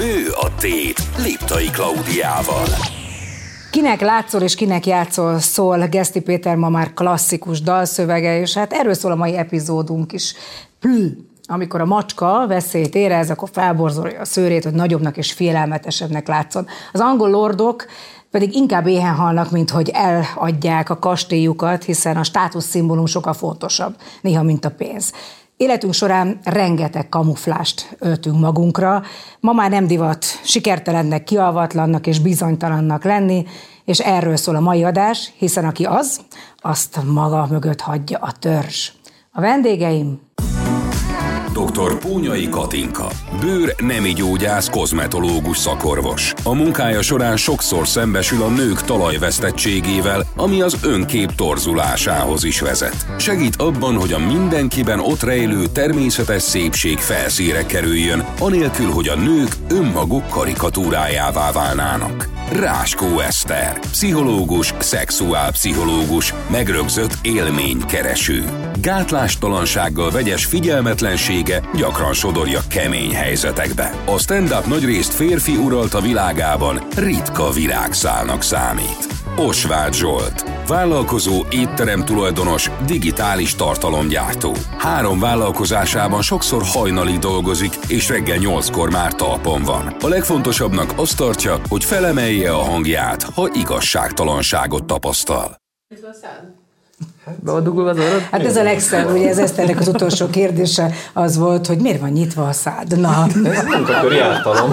Bő a tét Liptai Klaudiával. Kinek látszol és kinek játszol szól Geszti Péter ma már klasszikus dalszövege, és hát erről szól a mai epizódunk is. Amikor a macska veszélyt érez, akkor felborzolja a szőrét, hogy nagyobbnak és félelmetesebbnek látszon. Az angol lordok pedig inkább éhen halnak, mint hogy eladják a kastélyukat, hiszen a státuszszimbólum sokkal fontosabb, néha mint a pénz. Életünk során rengeteg kamuflást öltünk magunkra. Ma már nem divat sikertelennek, kialvatlannak és bizonytalannak lenni, és erről szól a mai adás, hiszen aki az, azt maga mögött hagyja a törzs. A vendégeim... Dr. Pónyai Katinka, bőr-nemi gyógyász, kozmetológus szakorvos. A munkája során sokszor szembesül a nők talajvesztettségével, ami az önkép torzulásához is vezet. Segít abban, hogy a mindenkiben ott rejlő természetes szépség felszínre kerüljön, anélkül, hogy a nők önmaguk karikatúrájává válnának. Ráskó Eszter, pszichológus, szexuálpszichológus, megrögzött élménykereső. Gátlástalansággal vegyes figyelmetlensége gyakran sodorja kemény helyzetekbe. A stand-up nagyrészt férfi uralta világában ritka virágszálnak számít. Osváth Zsolt, vállalkozó, étterem tulajdonos, digitális tartalomgyártó. 3 vállalkozásában sokszor hajnalig dolgozik, és reggel 8-kor már talpon van. A legfontosabbnak azt tartja, hogy felemelje a hangját, ha igazságtalanságot tapasztal. Beadugul az orrod? Hát ez a legszebb, ugye ez Eszternek az utolsó kérdése az volt, hogy miért van nyitva a szád? Na. Ez munkaköri ártalom.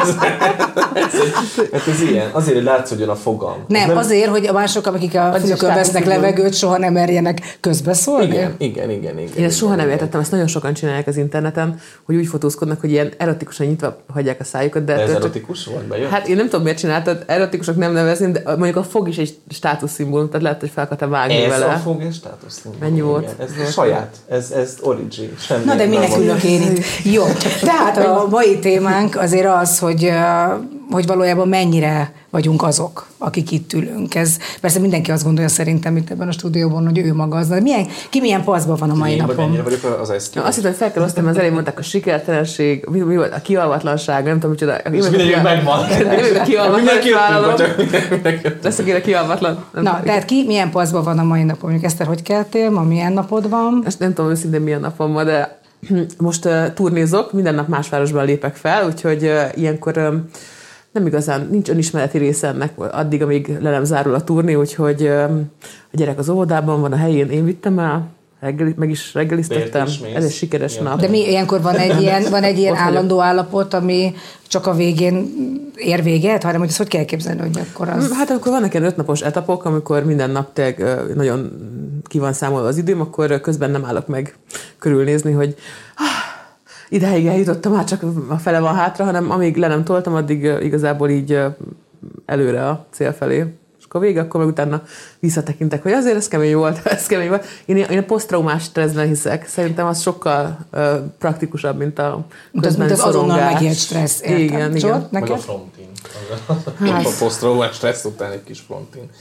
Ez ilyen. Azért, hogy látszódjon a fogam. Nem, azért, hogy a mások, akik a fülökön vesznek levegőt, soha nem merjenek közbeszólni? Igen. Én ezt soha nem értettem, ezt nagyon sokan csinálják az interneten, hogy úgy fotózkodnak, hogy ilyen erotikusan nyitva hagyják a szájukat. De ez erotikus volt? Bejött? Hát én nem tudom, miért csináltad, erotikusok nem nevezném, de mondjuk a fog is egy státuszszimbólum, tehát lehet, hogy fel akartam vágni vele. Ez a fog és státuszszimbólum. Mennyi volt? Ez saját, ez origin. Semmi. Na de minek ülök én itt? Jó, tehát a mai témánk azért az, hogy valójában mennyire vagyunk azok, akik itt ülünk. Ez, persze mindenki azt gondolja szerintem itt ebben a stúdióban, hogy ő maga az. De ki milyen paszban van a mai napon? Mennyire vagyok az eszkép? Azt hittem, hogy fel kell osztani, az elég mondták a sikertelenség, mi volt, a kialvatlanság, nem tudom, micsoda. Mindegyik megvan. A kialvatlanság vállalom. Lesz, akire kialvatlan. Na, tehát ki milyen paszban van a mai napon? Mondjuk Eszter, hogy keltél? Ma milyen napod van? Ezt nem tudom őszintén milyen napom van, de most turnézok, minden nap más városban lépek fel, úgyhogy ilyenkor nem igazán, nincs önismereti része ennek addig, amíg le nem zárul a turné, úgyhogy a gyerek az óvodában van a helyén, én vittem el, meg is reggeliztettem, ez egy sikeres nap. De ilyenkor van egy ilyen állandó állapot, ami csak a végén ér véget, hanem hogy ezt hogy kell képzelni, hogy akkor az... Hát akkor vannak ilyen 5 napos etapok, amikor minden nap nagyon ki van számolva az időm, akkor közben nem állok meg körülnézni, hogy idáig eljutottam, már csak a fele van hátra, hanem amíg le nem toltam, addig igazából így előre a cél felé. És akkor vége, akkor meg utána visszatekintek, hogy azért ez kemény volt, Én a posztraumás stresszben hiszek. Szerintem az sokkal praktikusabb, mint a közben az azonnal megélt stressz. Igen. Meg a frontin. A posztraumás stressz után egy kis frontin.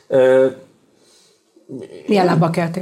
Milyen lábba keltél?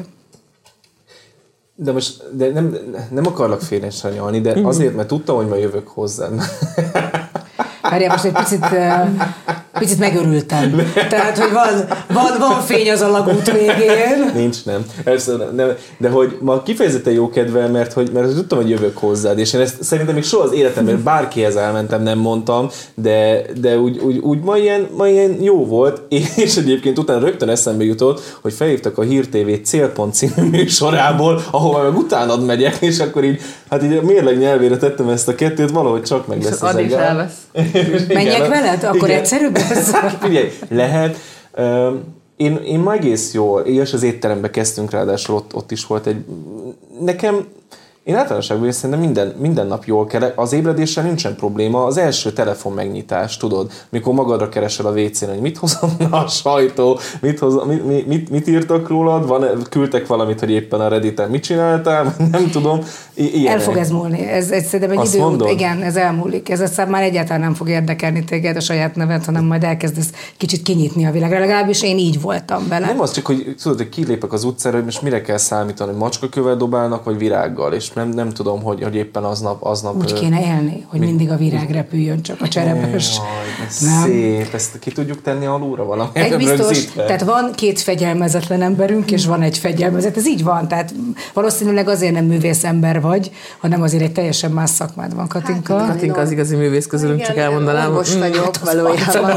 De nem akarlak félrensanyalni, de azért, mert tudtam, hogy ma jövök hozzád. Várjál, most egy picit megörültem. Tehát, hogy van fény az alagút végén. Nincs, nem. De hogy ma kifejezetten jó kedvel, mert tudtam, hogy jövök hozzád, és én ezt szerintem még soha az életemben bárkihez elmentem, nem mondtam, de úgy ma ilyen jó volt, és egyébként utána rögtön eszembe jutott, hogy felhívtak a Hír TV Célpont című műsorából, ahova meg utánad megyek, és akkor így, hát így a mérleg nyelvére tettem ezt a kettőt, valahogy csak meg lesz az egész. Menjek veled? Akkor egyszerűbb ez? Figyelj, lehet. Én ma egész jól, és az étterembe kezdtünk, ráadásul ott is volt egy... Nekem, én általánosságban szerintem minden nap jól kell, az ébredéssel nincsen probléma, az első telefon megnyitás, tudod, mikor magadra keresel a WC-n, hogy mit hozom a sajtó, mit írtak rólad, küldtek valamit, hogy éppen a Redditen mit csináltál, nem tudom. El fog ez múlni, ez szerintem egy idő, igen, ez elmúlik, ez aztán már egyáltalán nem fog érdekelni téged a saját neved, hanem majd elkezdesz kicsit kinyitni a világra, legalábbis én így voltam vele. Nem az csak, hogy tudod, hogy kilépek az utcára, hogy most mire kell számítani, hogy macskakövel dobálnak, vagy virággal, és most nem tudom, hogy éppen aznap... Úgy kéne élni, hogy mindig a virág repüljön, csak a cserepes. Szép, ezt ki tudjuk tenni alulra valami? Egy biztos, tehát van 2 fegyelmezetlen emberünk, és van egy fegyelmezett, ez így van, tehát valószínűleg azért nem művész ember vagy, hanem azért egy teljesen más szakmád van, Katinka. Hát, Katinka az igazi művész közülünk, csak elmondanám. Orvos vagyok valójában.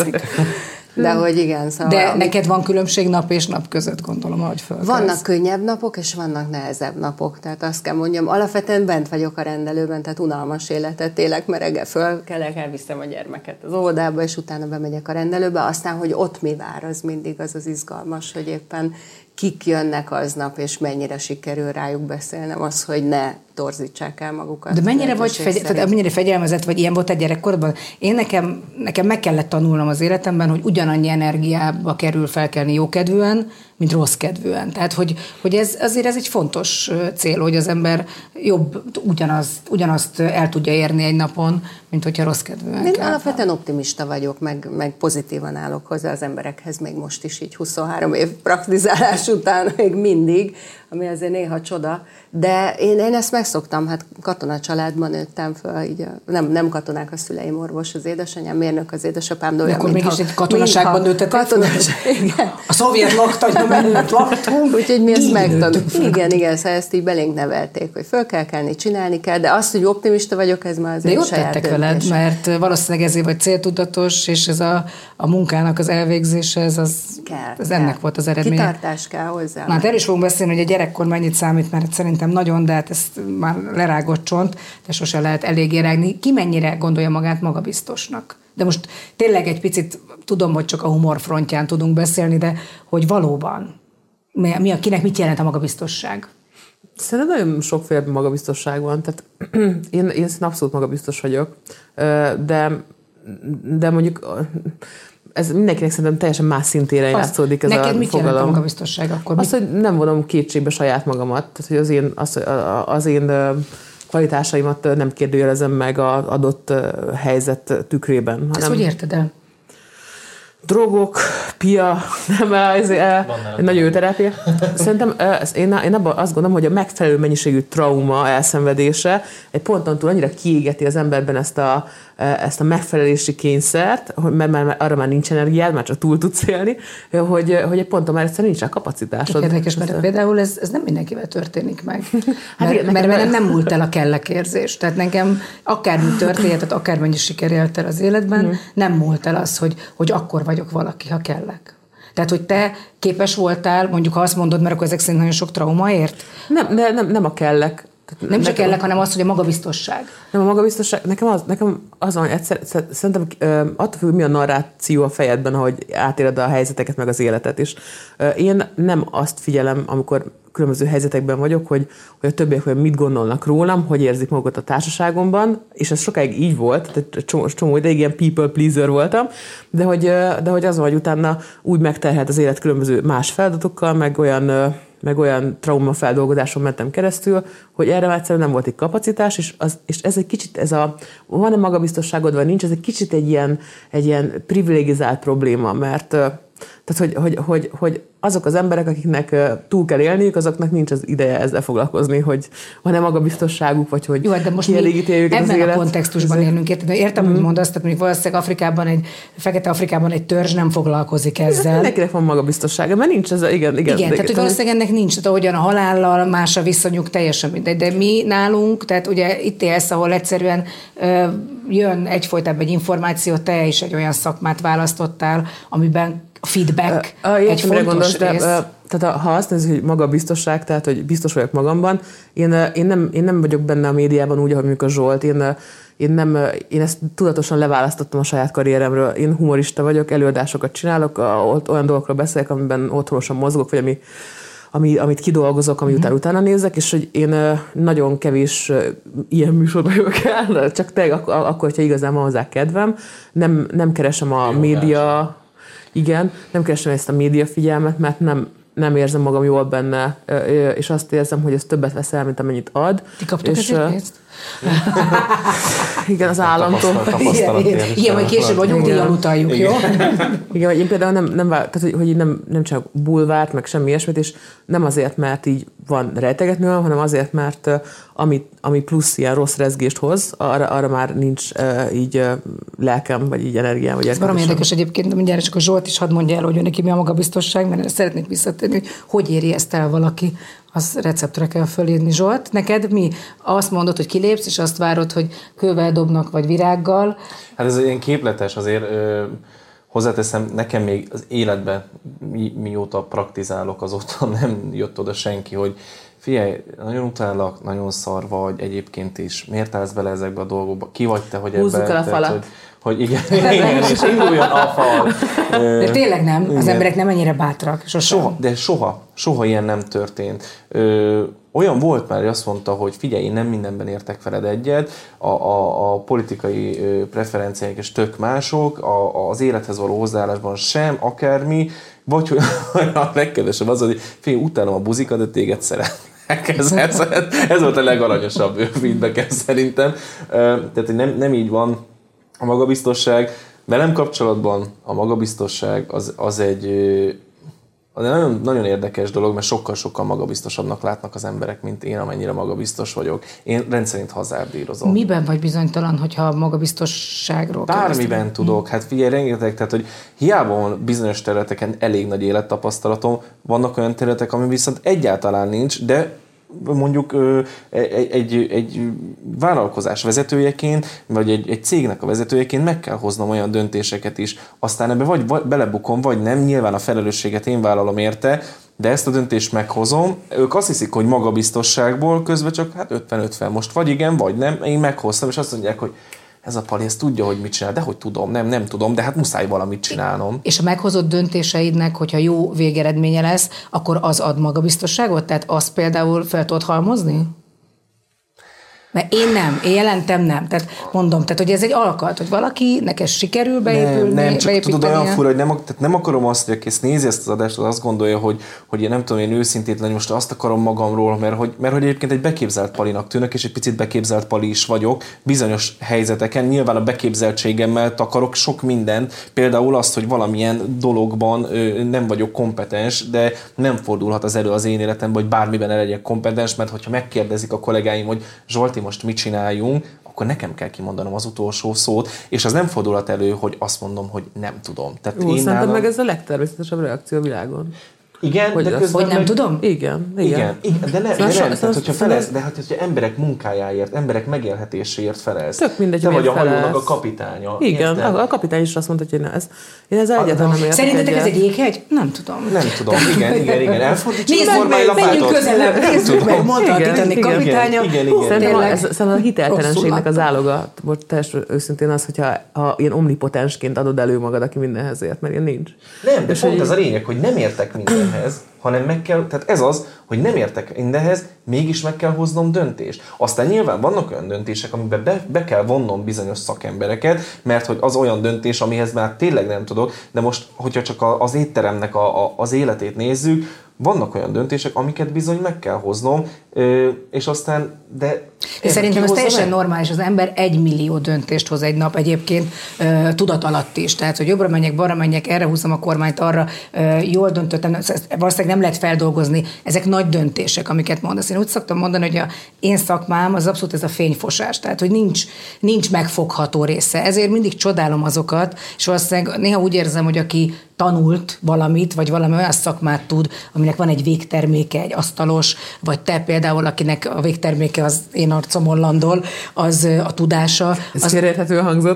De hogy igen, szóval... De neked van különbség nap és nap között, gondolom, ahogy fölkelsz. Vannak könnyebb napok, és vannak nehezebb napok. Tehát azt kell mondjam, alapvetően bent vagyok a rendelőben, tehát unalmas életet élek, mert reggel fölkelek, elviszem a gyermeket az óvodába, és utána bemegyek a rendelőbe. Aztán, hogy ott mi vár, az mindig az izgalmas, hogy éppen kik jönnek aznap, és mennyire sikerül rájuk beszélnem, az, hogy ne torzítsák el magukat. De mennyire mennyire fegyelmezett vagy, ilyen volt egy gyerekkorodban? Én nekem meg kellett tanulnom az életemben, hogy ugyanannyi energiába kerül felkelni jókedvűen, mint rossz kedvűen. Tehát, hogy ez egy fontos cél, hogy az ember jobb ugyanazt el tudja érni egy napon, mint hogyha rossz kedvűen. Én alapvetően optimista vagyok, meg pozitívan állok hozzá az emberekhez, még most is így 23 év praktizálás után, még mindig, ami azért néha csoda. De én ezt megszoktam, hát katona családban nőttem föl, így nem katonák a szüleim, orvos az édesanyám, mérnök az édesapám, de olyan, akkor mégis egy katonaságban nőttetek föl? Igen. A szovjet laktanyban előtt laktunk. Úgyhogy mi ezt megtanultuk. Igen, szóval ezt így belénk nevelték, hogy föl kell kelni, csinálni kell, de azt, hogy optimista vagyok, ez már az én saját tettek veled, mert valószínűleg ezért vagy céltudatos, és ez a munkának az elvégzése, ez ennek volt az eredmény. Kitartás kell hozzá. Na, hát erről is fogunk beszélni, hogy a gyerekkor mennyit számít, mert szerintem nagyon, de hát ezt már lerágott csont, de sose lehet eléggé rágni. Ki mennyire gondolja magát magabiztosnak? De most tényleg egy picit tudom, hogy csak a humor frontján tudunk beszélni, de hogy valóban kinek mit jelent a magabiztosság? Szerintem nagyon sokféle magabiztosság van. Tehát én abszolút magabiztos vagyok, de mondjuk ez mindenkinek szerintem teljesen más szintére játszódik ez a fogalom. Neked mit jelent a magabiztosság akkor? Azt, hogy nem vonom kétségbe saját magamat, tehát hogy az én kvalitásaimat nem kérdőjelezem meg az adott helyzet tükrében. Ezt hogy érted el? Drogok, pia, nagyon jó terápia. Szerintem én abban azt gondolom, hogy a megfelelő mennyiségű trauma elszenvedése egy ponton túl annyira kiégeti az emberben ezt a megfelelési kényszert, mert arra már nincs energiád, már csak túl tudsz élni, hogy egy ponton már egyszerűen nincs rá kapacitásod. Érdekes, mert például ez nem mindenkivel történik meg. Mert nem múlt el a kellekérzés. Tehát nekem akármi történt, tehát akármennyi siker élt el az életben, nem múlt el az, hogy akkor vagyok valaki, ha kellek. Tehát, hogy te képes voltál, mondjuk ha azt mondod, mert akkor ezek szerint nagyon sok trauma ért? Nem a kellek. Nem csak kellek, hanem az, hogy a magabiztosság. Nem a magabiztosság, nekem az van, hogy szerintem attól függ, mi a narráció a fejedben, ahogy átéled a helyzeteket, meg az életet is. Én nem azt figyelem, amikor különböző helyzetekben vagyok, hogy a többiek mit gondolnak rólam, hogy érzik magukat a társaságomban, és ez sokáig így volt, tehát csomó ideig ilyen people pleaser voltam, de hogy az van, hogy utána úgy megterhelt az élet különböző más feladatokkal, meg olyan traumafeldolgozáson mentem keresztül, hogy erre már egyszerűen nem volt egy kapacitás, és ez egy kicsit, van-e magabiztosságod, vagy nincs, ez egy kicsit egy ilyen privilegizált probléma, mert tehát, hogy azok az emberek, akiknek túl kell élniük, azoknak nincs az ideje ezzel foglalkozni, hogy van-e magabiztosságuk, vagy hogy kielégíti őket az élet. Ebben a kontextusban élünk. Értem, hogy mondasz, tehát mondjuk valószínűleg Fekete Afrikában egy törzs nem foglalkozik ezzel. Mindenkinek van magabiztossága, mert nincs ez igen. Tehát hogy valószínűleg ennek nincs, tehát ahogyan a halállal más a viszonyuk, teljesen mindegy. De mi nálunk, tehát ugye itt élsz, ahol egyszerűen jön egyfolytában egy információ, te is egy olyan szakmát választottál, amiben a feedback egy fontos rész. Tehát ha azt nézzük, hogy magabiztosság, tehát hogy biztos vagyok magamban, én nem vagyok benne a médiában úgy, ahogy mondjuk a Zsolt, én ezt tudatosan leválasztottam a saját karrieremről. Én humorista vagyok, előadásokat csinálok, olyan dolgokról beszélek, amiben otthonosan mozgok, vagy amit kidolgozok, ami utána nézek, és hogy én nagyon kevés ilyen műsorban jövök el, csak tényleg akkor, hogyha igazán van hozzá kedvem, nem keresem a média... Igen, nem keresem ezt a média figyelmet, mert nem érzem magam jól benne, és azt érzem, hogy ez többet vesz el, mint amennyit ad. Ti kaptok ezért pénzt? Igen, az államtól. Igen, majd később a nyugdíjjal utaljuk, jó? Igen, hogy én például tehát, hogy így nem csak bulvárt, meg semmi ilyesmit, és nem azért, mert így van rejtegetni, hanem azért, mert ami plusz ilyen rossz rezgést hoz, arra már nincs így lelkem, vagy így energiám, vagy ez valami érdekes egyébként, de mindjárt csak a Zsolt is hadd mondja el, hogy neki mi a magabiztosság, mert szeretnék visszatérni, hogy éri ezt el valaki, az receptre kell fölírni. Zsolt, neked mi? Azt mondod, hogy kilépsz, és azt várod, hogy kővel dobnak, vagy virággal? Hát ez ilyen képletes azért, hozzáteszem, nekem még az életben, mióta praktizálok, azóta nem jött oda senki, hogy figyelj, nagyon utállak, nagyon szar vagy egyébként is, miért állsz bele ezekbe a dolgokba, ki vagy te, hogy húzzuk el a falat. Hogy igen, és induljon a fal. De tényleg nem, az emberek nem ennyire bátrak. Soha ilyen nem történt. Olyan volt már, hogy azt mondta, hogy figyelj, én nem mindenben értek veled egyet, a politikai preferenciáink is tök mások, az élethez való hozzáállásban sem, akármi, vagy hogy a legkedvesebb az, hogy figyelj, utálom a buzikat, de téged szeretlek. Ez volt a legaranyosabb feedback szerintem. Tehát nem így van a magabiztosság. Velem kapcsolatban a magabiztosság az egy nagyon, nagyon érdekes dolog, mert sokkal-sokkal magabiztosabbnak látnak az emberek, mint én, amennyire magabiztos vagyok. Én rendszerint hazárdírozom. Miben vagy bizonytalan, hogyha magabiztosságról bármiben tudok. Hát figyelj, rengeteg, tehát hogy hiába van bizonyos területeken elég nagy élettapasztalatom, vannak olyan területek, ami viszont egyáltalán nincs, de mondjuk egy vállalkozás vezetőjeként, vagy egy cégnek a vezetőjeként meg kell hoznom olyan döntéseket is. Aztán ebbe vagy belebukom, vagy nem. Nyilván a felelősséget én vállalom érte, de ezt a döntést meghozom. Ők azt hiszik, hogy magabiztosságból, közben csak hát 50-50 most vagy igen, vagy nem. Én meghoztam, és azt mondják, hogy ez a Pali, ez tudja, hogy mit csinál, de hogy tudom, nem tudom, de hát muszáj valamit csinálnom. És a meghozott döntéseidnek, hogyha jó végeredménye lesz, akkor az ad magabiztosságot? Tehát azt például fel tudod halmozni? Mert én jelentem nem. Tehát mondom, tehát hogy ez egy alkat, hogy valakinek ez sikerül beépülni. Nem, csak tudod, olyan fura, hogy nem akarom azt, hogy aki ezt nézi ezt az adást, az azt gondolja, hogy én nem tudom, én őszintétlen most azt akarom magamról, mert hogy egyébként egy beképzelt Palinak tűnök, és egy picit beképzelt Pali is vagyok bizonyos helyzeteken. Nyilván a beképzeltségemmel takarok sok mindent, például azt, hogy valamilyen dologban nem vagyok kompetens, de nem fordulhat az elő az én életemben, hogy bármiben el legyek kompetens, mert hogyha megkérdezik a kollégáim, hogy Zsolti, most mit csináljunk, akkor nekem kell kimondanom az utolsó szót, és az nem fordulhat elő, hogy azt mondom, hogy nem tudom. Tehát szerintem meg ez a legtermészetesebb reakció a világon. Igen, hogy de közben hogy nem tudom? Igen. De nem, tehát hogyha felelsz, de hogyha emberek munkájáért, emberek megélhetéséért felelsz. Tök mindegy, te vagy a felelsz. hajónak a kapitánya. Igen, a kapitány is azt mondta, hogy én ez egyáltalán nem értek. Szerintetek ez egy jéghegy? Nem tudom. Nem tudom, igen. Elfordítsuk a kormánylapátot. Menjünk közelebb, nézzük meg, mondta a Titanic kapitánya. Szerintem a hiteltelenségnek az áloga, most teljesen őszintén az, hogyha ilyen omnipotensként adod elő magad, aki mindenhez ért, mert ilyen nincs. Nem, de pont ez a lényeg, hogy nem értek mindenhez, hanem meg kell, tehát ez az, hogy nem értek mindenhez, mégis meg kell hoznom döntést. Aztán nyilván vannak olyan döntések, amiben be kell vonnom bizonyos szakembereket, mert hogy az olyan döntés, amihez már tényleg nem tudok, de most, hogyha csak az étteremnek az életét nézzük, vannak olyan döntések, amiket bizony meg kell hoznom, és aztán, de szerintem ez teljesen normális, az ember 1 millió döntést hoz egy nap egyébként tudat alatt is. Tehát, hogy jobbra menjek, balra menjek, erre húzom a kormányt, arra jól döntöttem, valószínűleg nem lehet feldolgozni. Ezek nagy döntések, amiket mondasz. Én úgy szoktam mondani, hogy én szakmám az abszolút ez a fényfosás, tehát, hogy nincs megfogható része. Ezért mindig csodálom azokat, és valószínűleg néha úgy érzem, hogy aki tanult valamit, vagy valami olyan szakmát tud, aminek van egy végterméke, egy asztalos, vagy te például, akinek a végterméke az én arcomon landol, az a tudása. Ez félreérthetően hangzott.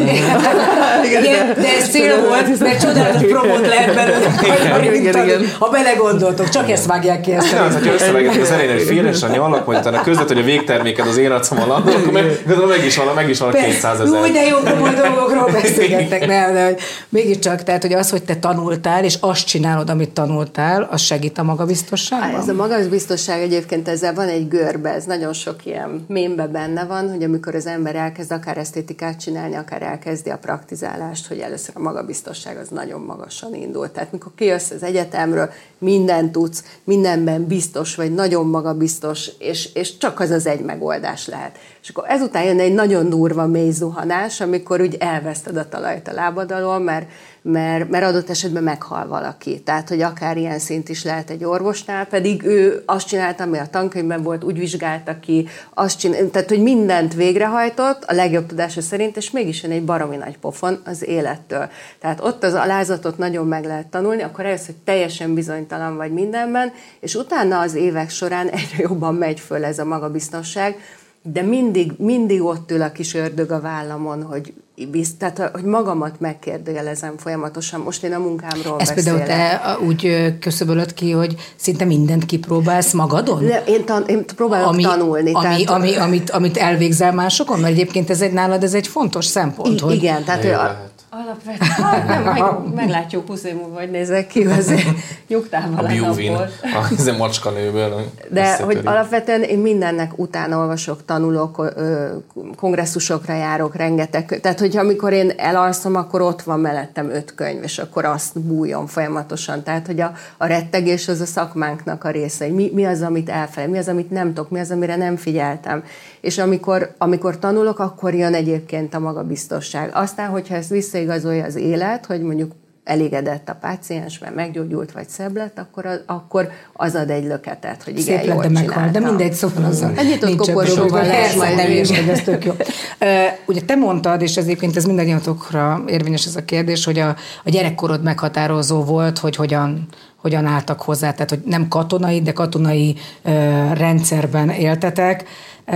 Igen, de ez cél volt, mert csodálatos promót lehet belőle. Ha belegondoltok, csak ezt vágják ki. Nem, hogyha összevágják az elején, hogy félres a nyalak, majd utána között, hogy a végterméked az én arcomon landol, akkor meg is van a 200 000. Úgy, de jó komoly dolgokról beszélgettek, de hogy mégiscsak, tehát, hogy az, hogy te tanultál, és azt csinálod, amit tanultál, az segít a magabiztosságban? Ez a magabiztosság egyébként, ezzel van egy görbe, ez nagyon sok ilyen mémbe benne van, hogy amikor az ember elkezd akár esztétikát csinálni, akár elkezdi a praktizálást, hogy először a magabiztosság az nagyon magasan indul. Tehát mikor kijössz az egyetemről, mindent tudsz, mindenben biztos vagy, nagyon magabiztos, és csak az egy megoldás lehet. És akkor ezután jön egy nagyon durva mély zuhanás, amikor úgy elveszted a talajt a lábad alól, mert adott esetben meghal valaki. Tehát, hogy akár ilyen szint is lehet egy orvosnál, pedig ő azt csinálta, ami a tankönyvben volt, úgy vizsgálta ki, tehát, hogy mindent végrehajtott, a legjobb tudása szerint, és mégis jön egy baromi nagy pofon az élettől. Tehát ott az alázatot nagyon meg lehet tanulni, akkor eljössz, hogy teljesen bizonytalan vagy mindenben, és utána az évek során egyre jobban megy föl ez a magabiztosság, de mindig ott ül a kis ördög a vállamon, tehát, hogy magamat megkérdőjelezem folyamatosan. Most én a munkámról ezt beszélek. Ezt például te úgy küszöbölöd ki, hogy szinte mindent kipróbálsz magadon? Én próbálok tanulni. Amit elvégzel másokon? Mert egyébként nálad ez egy fontos szempont. Igen, tehát alapvetően meglátjuk 20 év múlva, hogy nézek ki, azért nyugtában a Bjuvin, a macskanőből. De hogy alapvetően én mindennek utána olvasok, tanulok, kongresszusokra járok, rengeteg. Tehát, hogyha amikor én elalszom, akkor ott van mellettem 5 könyv, és akkor azt bújjon folyamatosan. Tehát, hogy a rettegés az a szakmánknak a része. Mi az, amit elfelejt, mi az, amit nem tudok, mi az, amire nem figyeltem. És amikor tanulok, akkor jön egyébként a magabiztosság. Aztán, hogyha ezt visszaigazolja az élet, hogy mondjuk elégedett a páciens, mert meggyógyult vagy szebb lett, akkor az ad egy löketet, hogy igen, szép lett, de meghalt, de mindegy, szóval azzal nyitott koporsóval lehet majd írni. Ez tök jó. Ugye te mondtad, és egyébként ez mindannyiatokra érvényes ez a kérdés, hogy a gyerekkorod meghatározó volt, hogy hogyan álltak hozzá, tehát hogy nem katonai, de katonai rendszerben éltetek.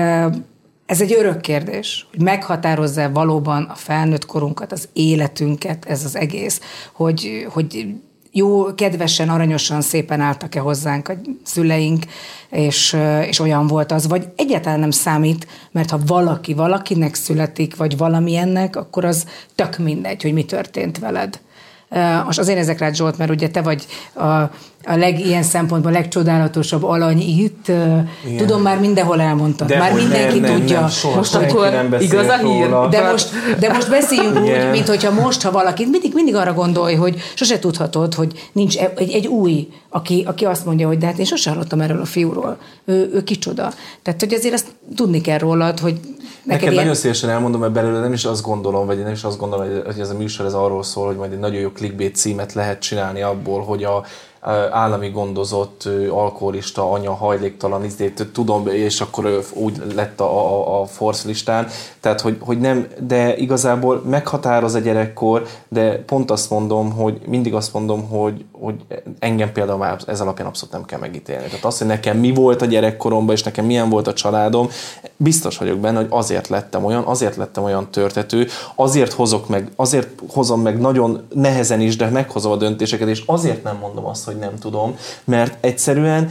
Ez egy örök kérdés, hogy meghatározza valóban a felnőtt korunkat, az életünket, ez az egész, hogy jó, kedvesen, aranyosan, szépen álltak-e hozzánk a szüleink, és olyan volt az, vagy egyáltalán nem számít, mert ha valakinek születik, vagy valamilyennek, akkor az tök mindegy, hogy mi történt veled. Most azért ezek rád, Zsolt, mert ugye te vagy ilyen szempontból legcsodálatosabb alany itt. Igen. Tudom, már mindenhol elmondtad. De már mindenki tudja. Nem, most akkor igaz a hír. De most beszéljünk úgy, mint hogyha most, ha valaki mindig arra gondolj, hogy sose tudhatod, hogy nincs egy új, aki azt mondja, hogy de hát én sose hallottam erről a fiúról. Ő kicsoda. Tehát, hogy azért azt tudni kell rólad, hogy neked nagyon szívesen elmondom, mert belőle nem is azt gondolom, vagy nem is azt gondolom, hogy ez a műsor ez arról szól, hogy majd egy nagyon jó clickbait címet lehet csinálni abból, hogy a állami gondozott alkoholista anya hajléktalan tudom, és akkor úgy lett a Force listán. Tehát, hogy nem, de igazából meghatároz a gyerekkor, de pont azt mondom, hogy mindig azt mondom, hogy engem például már ez alapján abszolút nem kell megítélni. Tehát az, hogy nekem mi volt a gyerekkoromban, és nekem milyen volt a családom, biztos vagyok benne, hogy azért lettem olyan törtető, azért hozom meg nagyon nehezen is, de meghozom a döntéseket, és azért nem mondom azt, hogy nem tudom, mert egyszerűen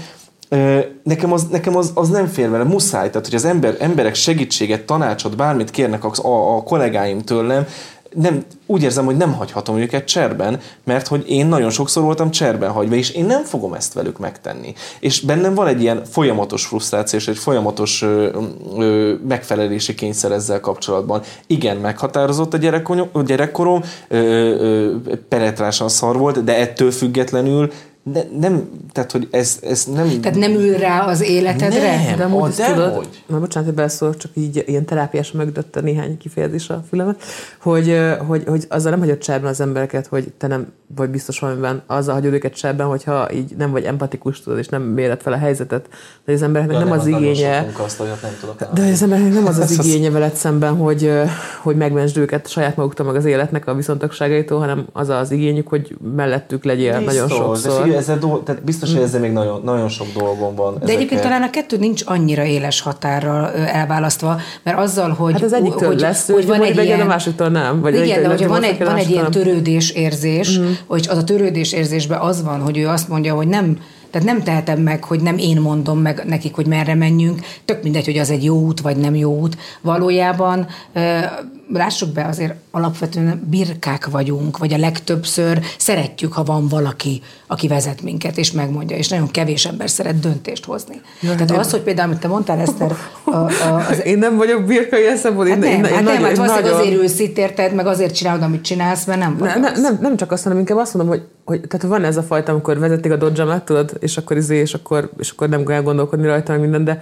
nekem az nem fér vele, muszáj. Tehát, hogy az emberek segítséget, tanácsot, bármit kérnek a kollégáim tőlem, úgy érzem, hogy nem hagyhatom őket cserben, mert hogy én nagyon sokszor voltam cserben hagyva, és én nem fogom ezt velük megtenni. És bennem van egy ilyen folyamatos frusztráció, és egy folyamatos megfelelési kényszer ezzel kapcsolatban. Igen, meghatározott a gyerekkorom, penetrásan szar volt, de ettől függetlenül nem, tehát, hogy ez nem... Tehát nem ül rá az életedre? Nem, de amúgy tudod, hogy? Na, bocsánat, hogy beleszólok, csak így ilyen terápiás megütötte néhány kifejezés a fülemet, hogy azzal nem hagyod cserben az embereket, hogy te nem vagy biztos valamiben, azzal hagyod őket cserben, hogyha így nem vagy empatikus, tudod, és nem méred fel a helyzetet, de az embereknek nem az igénye... De az embereknek nem az igénye veled szemben, hogy megmentsd őket saját maguktól, meg az életnek a viszontagságaitól, hanem az az igényük, hogy mellettük legyél nagyon sokszor. Tehát biztos, hogy ezzel még nagyon, nagyon sok dolgom van. De egyébként talán a kettő nincs annyira éles határral elválasztva, mert azzal, hogy... Hát az egyiktől lesz, hogy van egy ilyen... a másiktól nem. Vagy igen, de hogyha van egy ilyen törődésérzés, hogy az a törődésérzésben az van, hogy ő azt mondja, hogy nem... Tehát nem tehetem meg, hogy nem én mondom meg nekik, hogy merre menjünk. Tök mindegy, hogy az egy jó út, vagy nem jó út. Valójában lássuk be, azért alapvetően birkák vagyunk, vagy a legtöbbször szeretjük, ha van valaki, aki vezet minket, és megmondja, és nagyon kevés ember szeret döntést hozni. Ja, tehát az, hogy például, amit te mondtál, Eszter... Én nem vagyok birka ilyen szempontból. Azért ülsz itt, érted, meg azért csinálod, amit csinálsz, mert nem vagy nem csak azt mondom, inkább azt mondom, hogy tehát van ez a fajta, amikor vezetik a Dodge-emet, tudod, és akkor nem kell gondolkodni rajta, meg minden,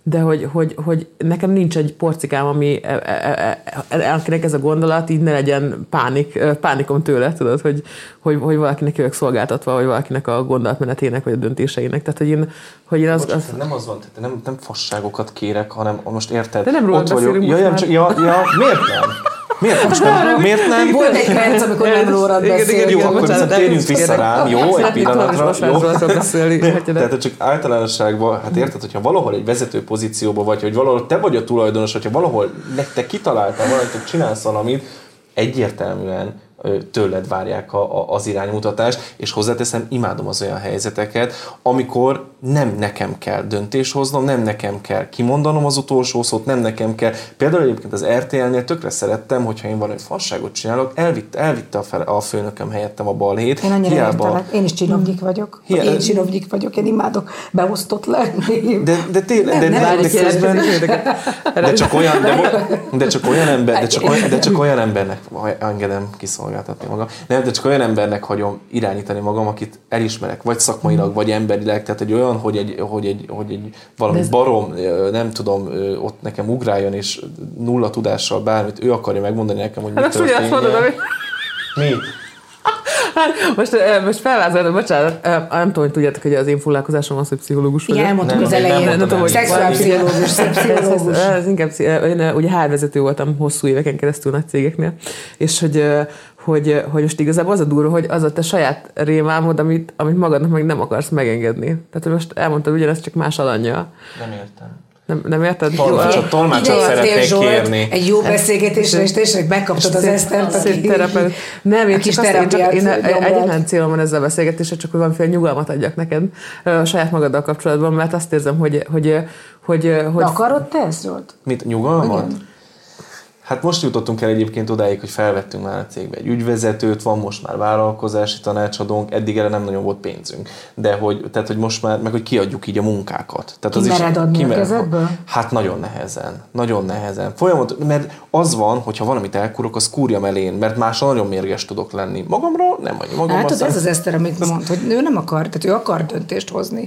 de hogy nekem nincs egy porcikám, akinek ez a gondolat, így ne legyen pánikom tőle, tudod, hogy valakinek jövök szolgáltatva, vagy valakinek a gondolatmenetének, vagy a döntéseinek. Tehát, hogy én az... Nem az van, nem fasságokat kérek, hanem most érted? De nem rólad beszélünk most már. Miért nem? Miért nem? Volt egy perc, amikor nem rólad beszélünk. Jó, akkor viszont térjünk vissza rám, jó, egy pillanatra. Tehát csak általánosságban, hát érted, hogyha valahol egy vezető pozícióban vagy, hogy valahol te vagy a tulajdonos, hogyha valahol te kitaláltál valamit, hogy csinálsz valamit, egyértelműen tőled várják az iránymutatást, és hozzáteszem, imádom az olyan helyzeteket, amikor nem nekem kell döntés hoznom, nem nekem kell kimondanom az utolsó szót, nem nekem kell. Például egyébként az RTL-nél tökre szerettem, hogyha én valami fasságot csinálok, elvitte a főnököm helyettem a balhét. Én annyira értelek. Én is csinovnyik vagyok. Én csinovnyik vagyok, én imádok beosztott lenni. De csak olyan embernek engedem kiszolgáltatni magam. De csak olyan embernek hagyom irányítani magam, akit elismerek, vagy szakmailag, vagy emberileg, tehát egy olyan, hogy egy valami barom, nem tudom, ott nekem ugráljon, és nulla tudással bármit, ő akarja megmondani nekem, hogy mi történjen. Mi? Most felvázoltam, bocsánat, nem tudom, hogy tudjátok, hogy az én foglalkozásom az, hogy pszichológus vagyok. Igen, elmondtuk az elején. Szexuálpszichológus. Ez inkább, én ugye HR-vezető voltam hosszú éveken keresztül nagy cégeknél, és hogy most igazából az a durva, hogy az a te saját rémálmod, amit magadnak meg nem akarsz megengedni. Tehát, hogy most elmondtad ugyanezt, csak más alanya. Nem értem. Nem érted? Tolmácsot szeretnék kérni. Egy jó beszélgetésre, és tényleg megkaptad az Esztert, aki nem, én egyetlen célom van ezzel a beszélgetésre, csak hogy valamiféle nyugalmat adjak neked a saját magaddal kapcsolatban, mert azt érzem, hogy akarod te ezt, Zsolt? Mit, nyugalmat? Igen. Hát most jutottunk el egyébként odáig, hogy felvettünk már a cégbe egy ügyvezetőt, van most már vállalkozási tanácsadónk, eddig erre nem nagyon volt pénzünk. De hogy most már, meg hogy kiadjuk így a munkákat. Tehát ki mered adni a kezedből? Hát nagyon nehezen. Mert az van, hogyha valamit elkúrok, az kúrjam el én, mert másra nagyon mérges tudok lenni. Magamról nem vagy magamról. Hát ez az Eszter, amit mond, hogy ő nem akar, tehát ő akar döntést hozni.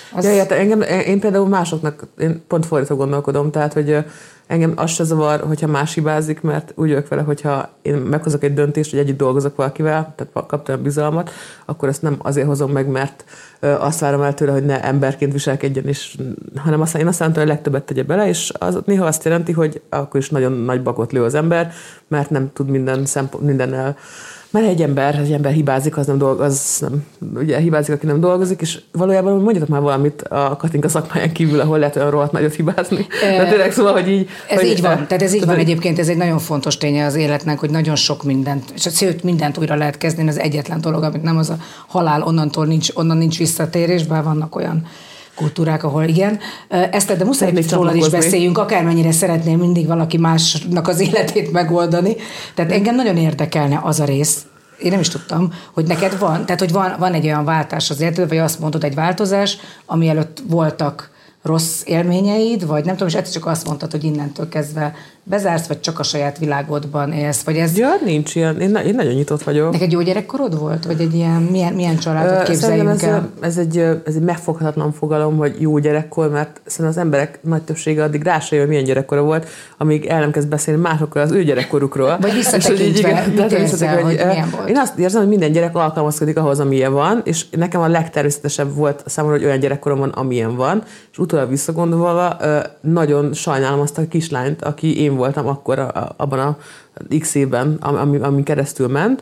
Én például másoknak, én pont fordítva gondolkodom, tehát, hogy engem az se zavar, hogyha más hibázik, mert úgy vagyok vele, hogyha én meghozok egy döntést, hogy együtt dolgozok valakivel, tehát kaptam a bizalmat, akkor ezt nem azért hozom meg, mert azt várom el tőle, hogy ne emberként viselkedjen, hanem én azt várom, hogy a legtöbbet tegye bele, és az néha azt jelenti, hogy akkor is nagyon nagy bakot lő az ember, mert nem tud mindennel. Mert egy ember hibázik, ugye hibázik, aki nem dolgozik, és valójában mondjatok már valamit a Katinka szakmáján kívül, ahol lehet olyan rohadt nagyot hibázni. De tényleg szóval, hogy így... Ez így van, tehát ez így van egyébként, ez egy nagyon fontos ténye az életnek, hogy nagyon sok mindent, és sőt, mindent újra lehet kezdeni, az egyetlen dolog, amit nem az a halál, onnan nincs visszatérés, bár vannak olyan kultúrák, ahol igen. Eszter, de muszáj rólad is beszéljünk, akármennyire szeretném mindig valaki másnak az életét megoldani. Tehát engem nagyon érdekelne az a rész, én nem is tudtam, hogy neked van, tehát hogy van egy olyan váltás az életedben, vagy azt mondod, egy változás, ami előtt voltak rossz élményeid, vagy nem tudom, és egyszer csak azt mondtad, hogy innentől kezdve bezársz, vagy csak a saját világodban élsz, vagy ez... Ja, nincs ilyen. Én nagyon nyitott vagyok. Neked jó gyerekkorod volt? Vagy egy ilyen, milyen családot képzeljünk el? Ez egy megfoghatatlan fogalom, hogy jó gyerekkor, mert szerintem az emberek nagy többsége addig rá se jön, milyen gyerekkora volt, amíg el nem kezd beszélni másokkal az ő gyerekkorukról. Vagy visszatekintve, mit érzel, hogy milyen volt? Én azt érzem, hogy minden gyerek alkalmazkodik ahhoz, amilyen van, és nekem a legtermészetesebb volt számomra, hogy olyan gyerekkorom van, amilyen van, és utólag visszagondolva nagyon sajnálom azt a kislányt, aki én voltam akkor abban a X évben, ami keresztül ment,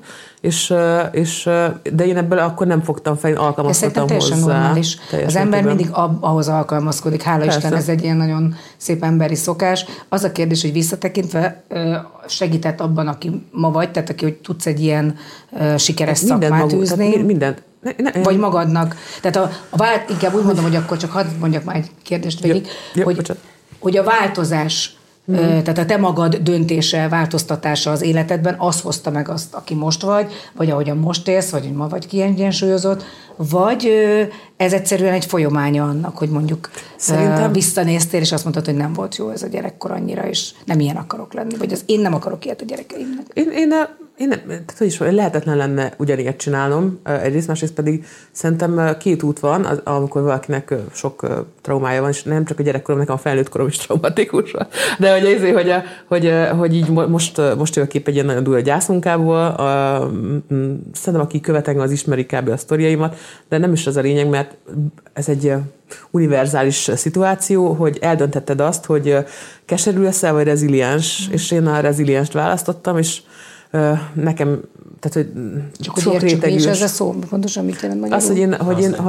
de én ebből akkor nem fogtam fel, én alkalmazkodtam hozzá. Teljesen normális. Az ember mindig ahhoz alkalmazkodik. Hála Isten, ez egy ilyen nagyon szép emberi szokás. Az a kérdés, hogy visszatekintve segített abban, aki ma vagy, tehát aki, hogy tudsz egy ilyen sikeres szakmát űzni. Mindent. Vagy magadnak. Tehát inkább úgy mondom, hogy akkor csak hadd mondjak már egy kérdést végig, hogy a változás, tehát a te magad döntése, változtatása az életedben, az hozta meg azt, aki most vagy ahogyan most élsz, vagy hogy ma vagy kiegyensúlyozott, vagy ez egyszerűen egy folyamánya annak, hogy mondjuk visszanéztél, és azt mondtad, hogy nem volt jó ez a gyerekkor annyira, és nem ilyen akarok lenni, vagy én nem akarok ilyet a gyerekeimnek. lehetetlen lenne ugyanilyet csinálnom, egyrészt, másrészt pedig szerintem két út van, amikor valakinek sok traumája van, és nem csak a gyerekkorom, nekem a felnőtt korom is traumatikus van. De hogy így most jövök kép egy ilyen nagyon durva gyászmunkából, szerintem aki követ engem, az ismeri kb. A sztoriaimat, de nem is az a lényeg, mert ez egy univerzális szituáció, hogy eldöntetted azt, hogy keserű leszel, vagy reziliens, és én a rezilienst választottam, és nekem, tehát, hogy csak sok rétegű. És ez a szó, pontosan mit jelent magyarul? Az, hogy én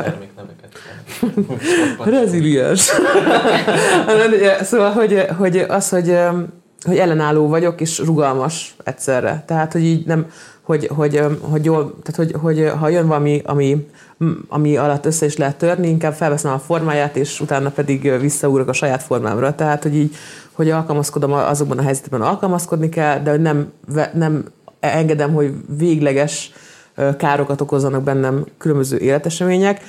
reziliens. Szóval, hogy ellenálló vagyok, és rugalmas egyszerre. Tehát, hogy így nem, hogy jól, tehát, hogy ha jön valami, ami alatt össze is lehet törni, inkább felveszem a formáját, és utána pedig visszaugrok a saját formámra. Tehát, hogy így, hogy alkalmazkodom azokban a helyzetekben, alkalmazkodni kell, de hogy nem engedem, hogy végleges károkat okozzanak bennem különböző életesemények,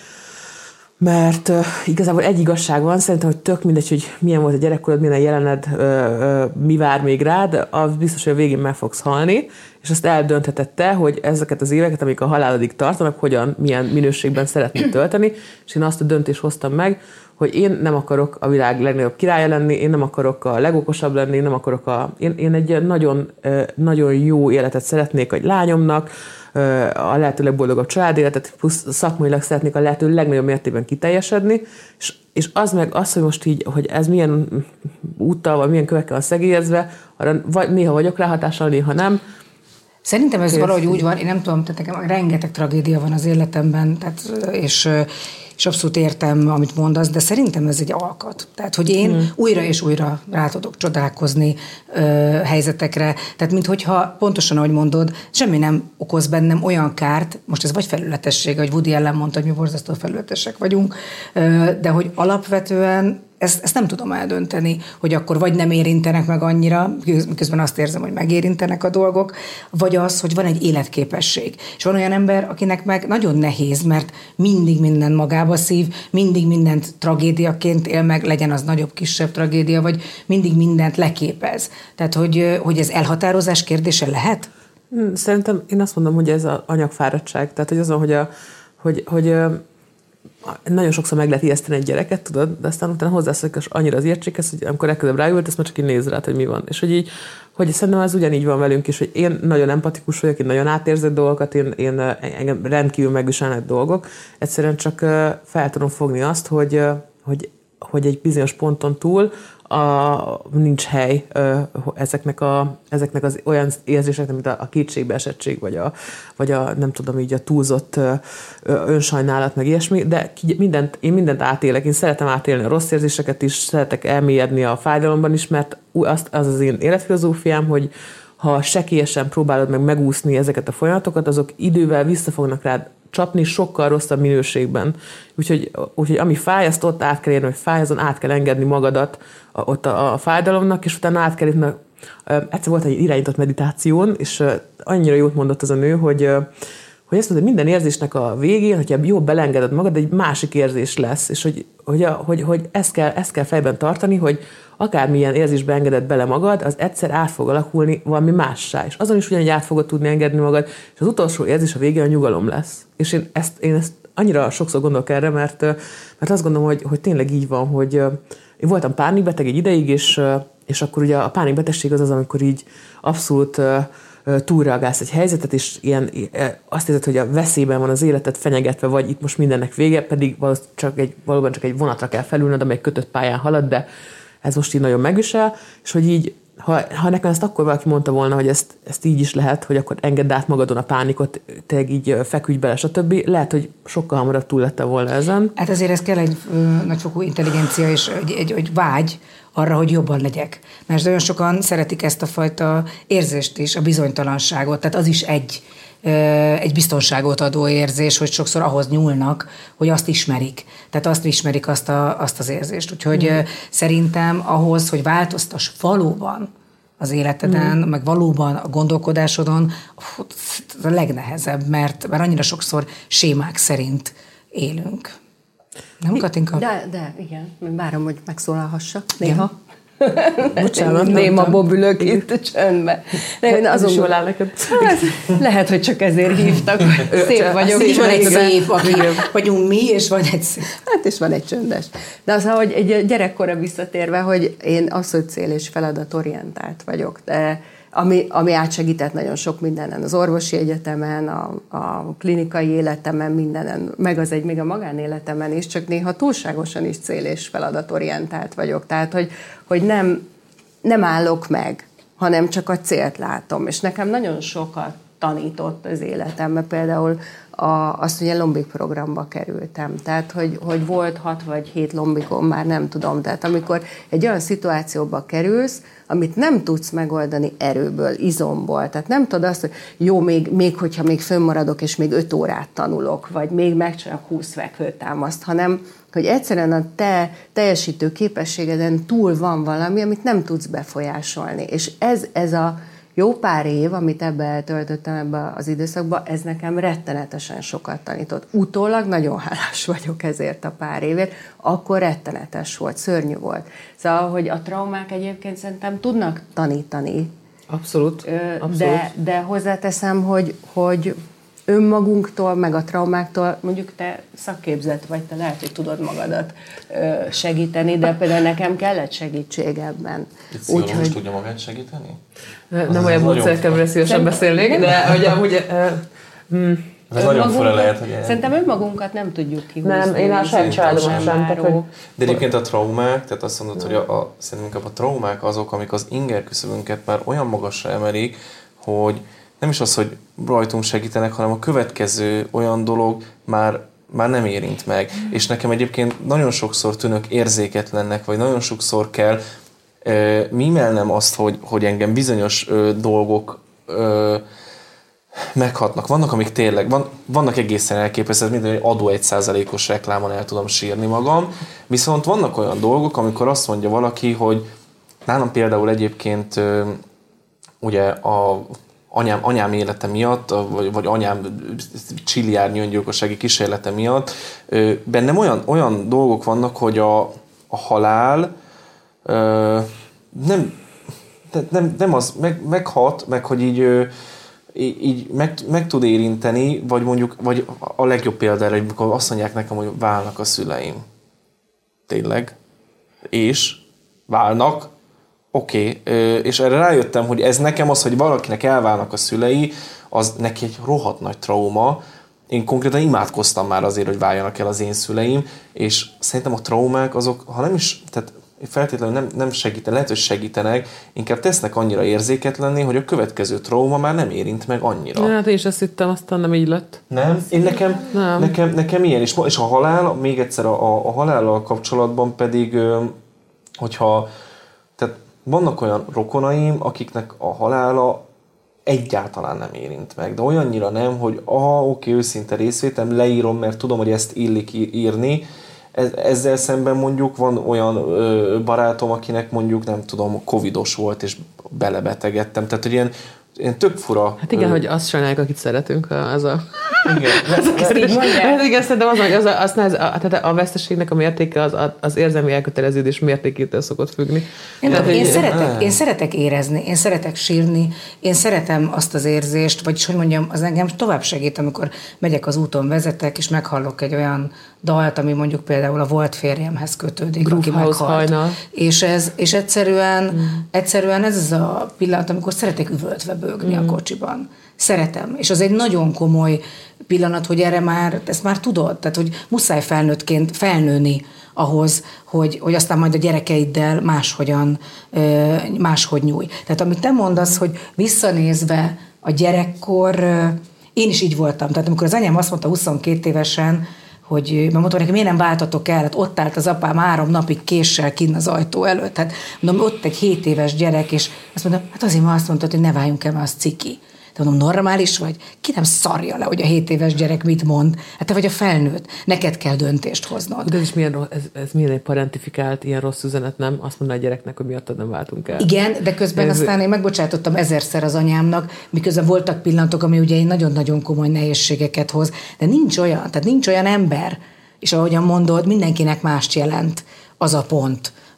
mert igazából egy igazság van, szerintem, hogy tök mindegy, hogy milyen volt a gyerekkorod, milyen a jelened, mi vár még rád, az biztos, hogy a végén meg fogsz halni, és azt eldöntheted te, hogy ezeket az éveket, amik a halálodig tartanak, milyen minőségben szeretnéd tölteni, és én azt a döntést hoztam meg, hogy én nem akarok a világ legnagyobb királya lenni, én nem akarok a legokosabb lenni, én nem akarok én egy nagyon, nagyon jó életet szeretnék egy lányomnak, a lehető legboldogabb családéletet, plusz szakmailag szeretnék a lehető legnagyobb mértékben kiteljesedni, és az meg az, hogy most így, hogy ez milyen úttal, vagy milyen kövekkel van szegélyezve, arra néha vagyok rá hatással, néha nem. Szerintem ez valahogy úgy van, én nem tudom, tehát nekem rengeteg tragédia van az életemben, és abszolút értem, amit mondasz, de szerintem ez egy alkat. Tehát, hogy én újra és újra rá tudok csodálkozni helyzetekre. Tehát, minthogyha pontosan, ahogy mondod, semmi nem okoz bennem olyan kárt, most ez vagy felületesség, vagy Woody Allen mondta, hogy mi borzasztó felületesek vagyunk, de hogy alapvetően ezt nem tudom eldönteni, hogy akkor vagy nem érintenek meg annyira, miközben azt érzem, hogy megérintenek a dolgok, vagy az, hogy van egy életképesség. És van olyan ember, akinek meg nagyon nehéz, mert mindig minden magába szív, mindig mindent tragédiaként él meg, legyen az nagyobb, kisebb tragédia, vagy mindig mindent leképez. Tehát, hogy ez elhatározás kérdése lehet? Szerintem én azt mondom, hogy ez az anyagfáradtság. Tehát, hogy azon, hogy nagyon sokszor meg lehet ijeszteni egy gyereket, tudod, de aztán utána hozzászokás annyira az írtséghez, hogy amikor legközelebb ráült, ezt már csak így néz rád, hogy mi van. És hogy így, hogy szerintem ez ugyanígy van velünk is, hogy én nagyon empatikus vagyok, én nagyon átérzek dolgokat, engem rendkívül megviselnek dolgok. Egyszerűen csak fel tudom fogni azt, hogy egy bizonyos ponton túl nincs hely ezeknek az olyan érzéseknek, mint a kétségbeesettség, vagy a nem tudom, így a túlzott önsajnálat, meg ilyesmi, de én mindent átélek. Én szeretem átélni a rossz érzéseket is, szeretek elmélyedni a fájdalomban is, mert az az én életfilozófiám, hogy ha sekélyesen próbálod meg megúszni ezeket a folyamatokat, azok idővel vissza fognak rád csapni sokkal rosszabb minőségben. Úgyhogy ami fáj, azt ott át kell érni, hogy fáj, azon át kell engedni magadat ott a fájdalomnak, és utána át kell érni. Egyszer volt egy irányított meditáción, és annyira jót mondott az a nő, hogy ezt mondta, hogy minden érzésnek a végén, hogyha jól belengeded magad, egy másik érzés lesz, és hogy ezt kell fejben tartani, hogy akármilyen érzésbe engeded bele magad, az egyszer át fog alakulni valami mássá, és azon is ugyanígy át fogod tudni engedni magad, és az utolsó érzés a végén a nyugalom lesz. És én ezt annyira sokszor gondolok erre, mert azt gondolom, hogy tényleg így van, hogy én voltam pánikbeteg egy ideig, és akkor ugye a pánikbetegség az, amikor így abszolút túlreagálsz egy helyzetet, és azt érzed, hogy a veszélyben van az életed fenyegetve, vagy itt most mindennek vége, pedig valóban csak egy vonatra kell felülnöd, amely kötött pályán halad, de ez most így nagyon megvisel, és hogy így, ha nekem ezt akkor valaki mondta volna, hogy ezt így is lehet, hogy akkor engedd át magadon a pánikot, tényleg így feküdj bele, stb. Lehet, hogy sokkal hamarabb túl lettem volna ezen. Hát azért ez kell egy nagyfokú intelligencia és egy vágy arra, hogy jobban legyek. Mert olyan sokan szeretik ezt a fajta érzést is, a bizonytalanságot, tehát az is egy biztonságot adó érzés, hogy sokszor ahhoz nyúlnak, hogy azt ismerik. Tehát azt ismerik azt az érzést. Úgyhogy szerintem ahhoz, hogy változtass valóban az életeden, meg valóban a gondolkodásodon, ez a legnehezebb, mert annyira sokszor sémák szerint élünk. Nem, Katinka? De igen. Várom, hogy megszólalhassak néha. Bocsánat, néma bobülök itt csöndbe. Az is jól áll neked. Lehet, hogy csak ezért hívtak, hogy szép vagyok. Így van egy szép, aki vagyunk mi, és van egy szép. Hát és van egy csöndes. De az, hogy egy gyerekkorra visszatérve, hogy én abszolút cél- és feladatorientált vagyok, de ami átsegített nagyon sok mindenen, az orvosi egyetemen, a klinikai életemen, mindenen, meg az még a magánéletemen is, csak néha túlságosan is cél- és feladatorientált vagyok. Tehát, hogy nem állok meg, hanem csak a célt látom. És nekem nagyon sokat tanított az életemben, például azt, hogy én lombik programba kerültem. Tehát, hogy volt 6 vagy 7 lombikom, már nem tudom. Tehát amikor egy olyan szituációba kerülsz, amit nem tudsz megoldani erőből, izomból. Tehát nem tudod azt, hogy jó, még hogyha még fönnmaradok, és még 5 órát tanulok, vagy még megcsinálok 20 fekvőtámaszt, hanem hogy egyszerűen a te teljesítő képességeden túl van valami, amit nem tudsz befolyásolni. És ez a jó pár év, amit ebbe eltöltöttem ebbe az időszakba, ez nekem rettenetesen sokat tanított. Utólag nagyon hálás vagyok ezért a pár évért, akkor rettenetes volt, szörnyű volt. Szóval, hogy a traumák egyébként szerintem tudnak tanítani. Abszolút. De hozzáteszem, hogy önmagunktól, meg a traumáktól, mondjuk te szakképzett vagy, te lehet, hogy tudod magadat segíteni, de például nekem kellett segítség ebben. Egy pszichológus tudja magát segíteni? Nem olyan módszerekkel szívesen beszélnék, de hogy amúgy... Ez nagyon fura lehet, hogy... Szerintem önmagunkat nem tudjuk kihúzni. Nem, én a saját családomon sem. De egyébként a traumák, tehát azt mondod, hogy szerintem inkább a traumák azok, amik az inger küszöbünket már olyan magasra emelik, hogy nem is az, hogy rajtunk segítenek, hanem a következő olyan dolog már nem érint meg. És nekem egyébként nagyon sokszor tűnök érzéketlennek, vagy nagyon sokszor kell mímelnem azt, hogy engem bizonyos dolgok meghatnak. Vannak, amik tényleg, vannak egészen elképesztő, mint egy adó 1%-os reklámon el tudom sírni magam, viszont vannak olyan dolgok, amikor azt mondja valaki, hogy nálam például egyébként ugye anyám élete miatt, vagy anyám csilliárd öngyilkossági kísérlete miatt bennem olyan dolgok vannak, hogy a halál nem az meghat, meg hogy így meg tud érinteni, vagy mondjuk, vagy a legjobb példára, amikor azt mondják nekem, hogy válnak a szüleim. Tényleg. És válnak. Oké. És erre rájöttem, hogy ez nekem az, hogy valakinek elválnak a szülei, az neki egy rohadt nagy trauma. Én konkrétan imádkoztam már azért, hogy váljanak el az én szüleim, és szerintem a traumák azok, ha nem is, tehát feltétlenül nem segítenek, lehet, hogy segítenek, inkább tesznek annyira érzéketlenné, hogy a következő trauma már nem érint meg annyira. Hát én is azt hittem, aztán nem így lett. Nem? Nekem ilyen is. És a halál, még egyszer a halállal kapcsolatban pedig, hogyha, tehát vannak olyan rokonaim, akiknek a halála egyáltalán nem érint meg, de olyannyira nem, hogy oké, őszinte részvétem, leírom, mert tudom, hogy ezt illik írni. Ezzel szemben mondjuk van olyan barátom, akinek mondjuk nem tudom, covidos volt, és belebetegedtem. Tehát, hogy ilyen tök fura. Hát igen, hogy azt sajnálják, akit szeretünk, az a... Igen. Hát igen, szerintem tehát a veszteségnek a mértéke az érzelmi elköteleződés mértékétől szokott függni. Én szeretek érezni, én szeretek sírni, én szeretem azt az érzést, vagy hogy mondjam, az engem tovább segít, amikor megyek az úton, vezetek, és meghallok egy olyan dalt, ami mondjuk például a volt férjemhez kötődik, aki meghalt. És egyszerűen ez az a pillanat, amikor szeretek üvöltve bőgni a kocsiban. Szeretem. És az egy nagyon komoly pillanat, hogy ezt már tudod. Tehát, hogy muszáj felnőttként felnőni ahhoz, hogy aztán majd a gyerekeiddel máshogy nyújj. Tehát amit te mondasz, hogy visszanézve a gyerekkor, én is így voltam. Tehát amikor az anyám azt mondta 22 évesen, hogy mondta neki, miért nem váltatok el? Hát ott állt az apám 3 napig késsel kinn az ajtó előtt. Hát mondom, ott egy 7 éves gyerek, és azt mondom, hát azért ma azt mondtad, hogy ne váljunk el, mert az ciki. De mondom, normális vagy? Ki nem szarja le, hogy a 7 éves gyerek mit mond? Hát te vagy a felnőtt, neked kell döntést hoznod. De ez milyen egy parentifikált, ilyen rossz üzenet, nem? Azt mondja a gyereknek, hogy miattad nem váltunk el. Igen, de közben aztán én megbocsátottam 1000-szer az anyámnak, miközben voltak pillanatok, ami ugye nagyon-nagyon komoly nehézségeket hoz, de nincs olyan ember, és ahogyan mondod, mindenkinek mást jelent az a pont,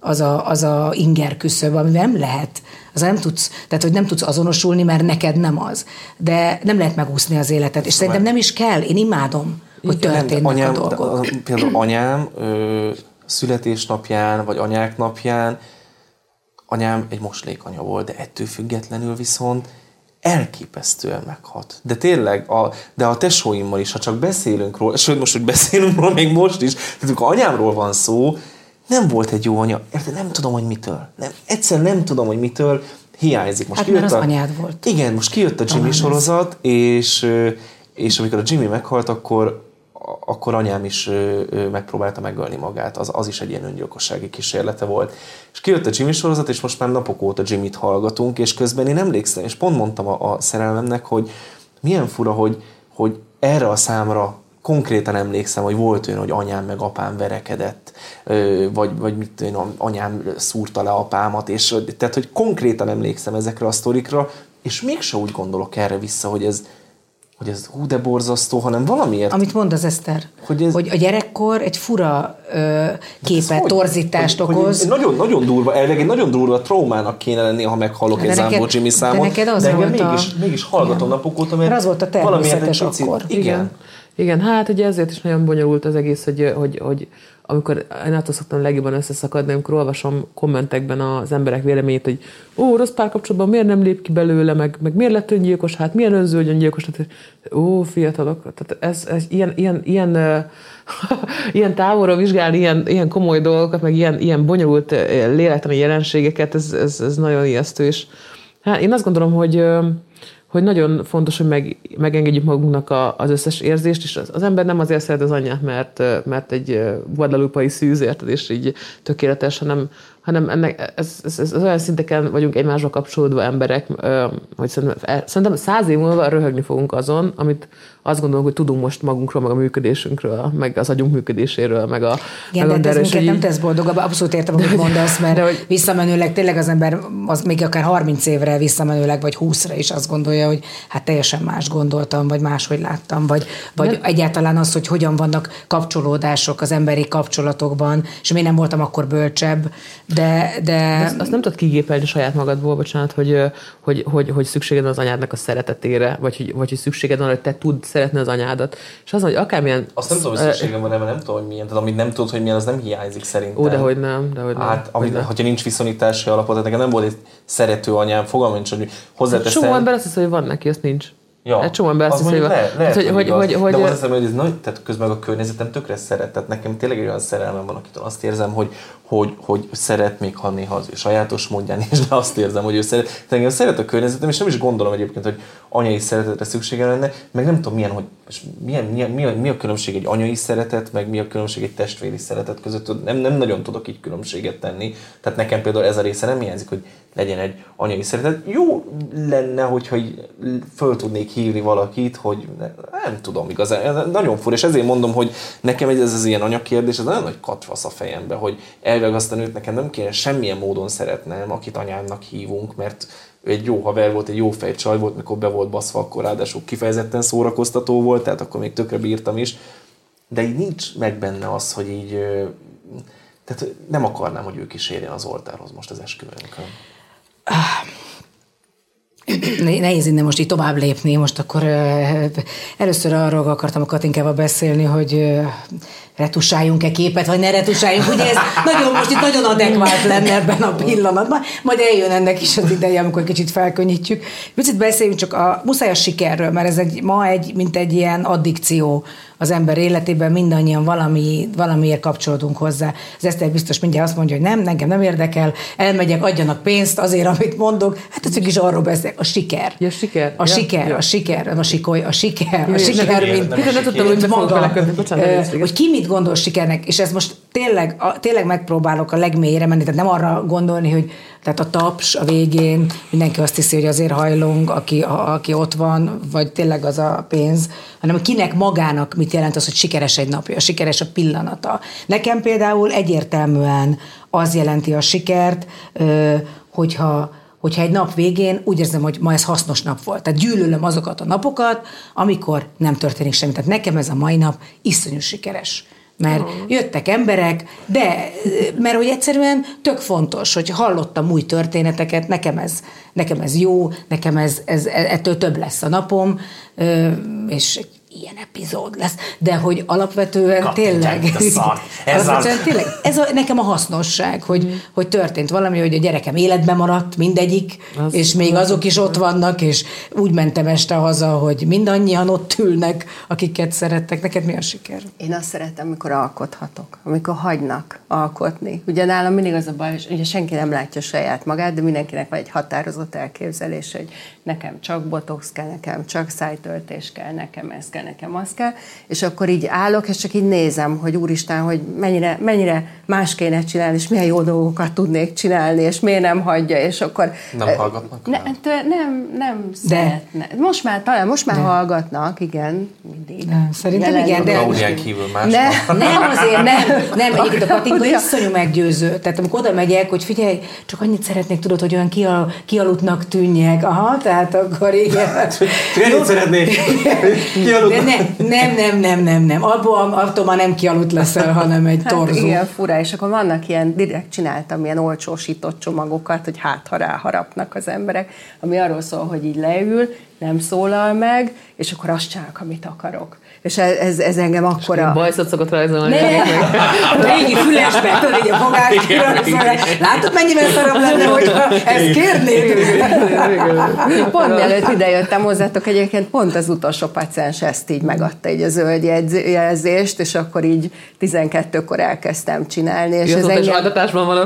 az a inger küszöb, amivel nem lehet, az nem tudsz, tehát hogy nem tudsz azonosulni, mert neked nem az. De nem lehet megúszni az életet, és szerintem nem is kell, én imádom, hogy történnek a dolgok. Például anyám születésnapján, vagy anyák napján, anyám egy moslékanya volt, de ettől függetlenül viszont elképesztően meghat. De tényleg, de a tesóimmal is, ha csak beszélünk róla, sőt most, hogy beszélünk róla, még most is, tehát amikor anyámról van szó, nem volt egy jó anya. Érted? Nem tudom, hogy mitől. Egyszerűen nem tudom, hogy mitől hiányzik. Most hát mert az anyád volt. Igen, most kijött a Jimmy sorozat, és amikor a Jimmy meghalt, akkor anyám is megpróbálta megölni magát. Az is egy ilyen öngyilkossági kísérlete volt. És kijött a Jimmy sorozat, és most már napok óta Jimmyt hallgatunk, és közben én emlékszem, és pont mondtam a szerelmemnek, hogy milyen fura, hogy erre a számra konkrétan emlékszem, hogy volt olyan, hogy anyám meg apám verekedett, vagy mit tudom, anyám szúrta le apámat, és tehát, hogy konkrétan emlékszem ezekre a sztorikra, és mégse úgy gondolok erre vissza, hogy ez hú de borzasztó, hanem valamiért... Amit mond az Eszter, hogy a gyerekkor egy fura képet, torzítást okoz. Nagyon, nagyon durva, egy nagyon durva traumának kéne lenni, ha meghallok egy Zámbó Jimmy számot, de engem mégis hallgatom napok óta, mert az volt a természetes akkor. Igen, hát ugye ezért is nagyon bonyolult az egész, hogy amikor én attól szoktam legjobban összeszakadni, amikor olvasom kommentekben az emberek véleményét, hogy rossz párkapcsolatban miért nem lép ki belőle, meg miért lett öngyilkos, hát milyen önző, hogy öngyilkos, fiatalok, tehát ez ilyen távolra vizsgálni, ilyen komoly dolgokat, meg ilyen bonyolult lélektani jelenségeket, ez nagyon ijesztő, és hát én azt gondolom, hogy nagyon fontos, hogy megengedjük magunknak az összes érzést, és az ember nem azért szeret az anyját, mert egy guadalupai szűz, érted, és így tökéletes, hanem ennek, ez olyan szinteken vagyunk egymásba kapcsolódva emberek, hogy szerintem 100 év múlva röhögni fogunk azon, amit azt gondolom, hogy tudunk most magunkról, meg a működésünkről, meg az agyunk működéséről, meg a... Igen, de ez minket nem tesz boldogabb, abszolút értem, amit mondasz, mert visszamenőleg tényleg az ember, az még akár 30 évre visszamenőleg, vagy 20-ra is azt gondolja, hogy hát teljesen más gondoltam, vagy máshogy láttam, vagy egyáltalán az, hogy hogyan vannak kapcsolódások az emberi kapcsolatokban, és én nem voltam akkor bölcsebb, de... Azt nem tudod kigépelni saját magadból, bocsánat, hogy szükséged van az anyádnak a szeretetére, vagy hogy szükséged van, hogy te tudd szeretni az anyádat. És az, hogy akármilyen... Azt nem tudom, hogy szükségem van, mert nem tudom, hogy milyen. Tehát amit nem tudod, hogy milyen, az nem hiányzik szerintem. Dehogy nem. Hát, hogyha nincs viszonyítási alapot, tehát nekem nem volt egy szerető anyám, fogalmam nincs, hogy hozzáteszem... Sokan ember azt hisz, hogy van neki, azt nincs. Ja, egy csomó ember azt hisz, hogy hogy de azt hiszem, hogy ez nagy, tehát közben a környezetem tökre szeret. Tehát nekem tényleg egy olyan szerelmem van, akitől azt érzem, hogy szeret, még ha néha az ő sajátos módján is, de azt érzem, hogy ő szeret. Tehát engem szeret a környezetem, és nem is gondolom egyébként, hogy anyai szeretetre szüksége lenne, meg nem tudom mi a különbség egy anyai szeretet, meg mi a különbség egy testvéri szeretet között. Nem nagyon tudok így különbséget tenni. Tehát nekem például ez a része nem hiányzik, hogy legyen egy anyai szeretet. Jó lenne, hogyha föl tudnék hívni valakit, hogy nem tudom igazán. Ez nagyon fura, és ezért mondom, hogy nekem ez az ilyen anyakérdés, ez nagyon nagy katvasz a fejembe, hogy elvileg azt a nőt nekem nem kéne semmilyen módon szeretnem, akit anyámnak hívunk, mert ő egy jó haver volt, egy jó fejcsaj volt, mikor be volt baszva, akkor ráadásul kifejezetten szórakoztató volt, tehát akkor még tökre bírtam is. De így nincs meg benne az, hogy így... Tehát nem akarnám, hogy ő kísérjen az oltárhoz most az esküvőnkön. Nehéz innen most így tovább lépni, most akkor először arról akartam a Katinkával beszélni, hogy retusáljunk-e képet, vagy ne retusáljunk, ugye ez most itt nagyon adekvát lenne ebben a pillanatban, majd eljön ennek is az ideje, amikor kicsit felkönnyítjük. Picit beszéljünk csak muszáj a sikerről, mert ez mint egy ilyen addikció az ember életében, mindannyian valamiért kapcsolódunk hozzá. Az Eszter biztos mindjárt azt mondja, hogy nem, engem nem érdekel, elmegyek, adjanak pénzt azért, amit mondok. Hát ez is arról beszél, a siker. Ja, siker. A siker, nem a sikoly, a siker, mint maga. Hogy ki mit gondol sikernek, és ez most tényleg megpróbálok a legmélyére menni, tehát nem arra gondolni, hogy tehát a taps a végén, mindenki azt hiszi, hogy azért hajlong, aki ott van, vagy tényleg az a pénz, hanem kinek magának mit jelent az, hogy sikeres egy napja, sikeres a pillanata. Nekem például egyértelműen az jelenti a sikert, hogyha egy nap végén úgy érzem, hogy ma ez hasznos nap volt. Tehát gyűlölöm azokat a napokat, amikor nem történik semmi. Tehát nekem ez a mai nap iszonyú sikeres. Mert jöttek emberek, de mert hogy egyszerűen tök fontos, hogy hallottam új történeteket, nekem ez jó, nekem ettől több lesz a napom, és ilyen epizód lesz, de hogy alapvetően tényleg nekem a hasznosság, hogy történt valami, hogy a gyerekem életben maradt, mindegyik, és még azok is ott vannak, és úgy mentem este haza, hogy mindannyian ott ülnek, akiket szerettek. Neked mi a siker? Én azt szeretem, amikor alkothatok, amikor hagynak alkotni. Ugye nálam mindig az a baj, hogy ugye senki nem látja saját magát, de mindenkinek van egy határozott elképzelés, hogy nekem csak botox kell, nekem csak szájtöltés kell, nekem ez kell, nekem az kell, és akkor így állok, és csak így nézem, hogy úristen, hogy mennyire más kéne csinálni, és milyen jó dolgokat tudnék csinálni, és miért nem hagyja, és akkor... Nem hallgatnak? Nem szeretne. Most már hallgatnak, igen, mindig. Szerintem igen, de... Klaudián kívül más. Nem azért, nem. Egyébként a Katinka iszonyú meggyőző. Tehát amikor oda megyek, hogy figyelj, csak annyit szeretnék, tudod, hogy olyan kialudtnak tűnjek. Aha, tehát akkor igen. Ennyit szeretnék kialudni. Nem. Attól már nem kialudt leszel, hanem egy torzó. Hát igen, fura. És akkor vannak ilyen, direkt csináltam ilyen olcsósított csomagokat, hogy ha ráharapnak az emberek, ami arról szól, hogy így leül, nem szólal meg, és akkor azt csinálok, amit akarok. És ez engem akkora... Bajszot szokott rajzolni. A régi fülesbe, tudod, így a fogák kirajzolni. Látod, mennyivel szarabb lenne, hogyha ezt kérnék? Pont mielőtt idejöttem hozzátok, egyébként pont az utolsó paciens ezt így megadta, így a zöld jelzést, és akkor így 12-kor elkezdtem csinálni. És ez engem... altatásban van ott.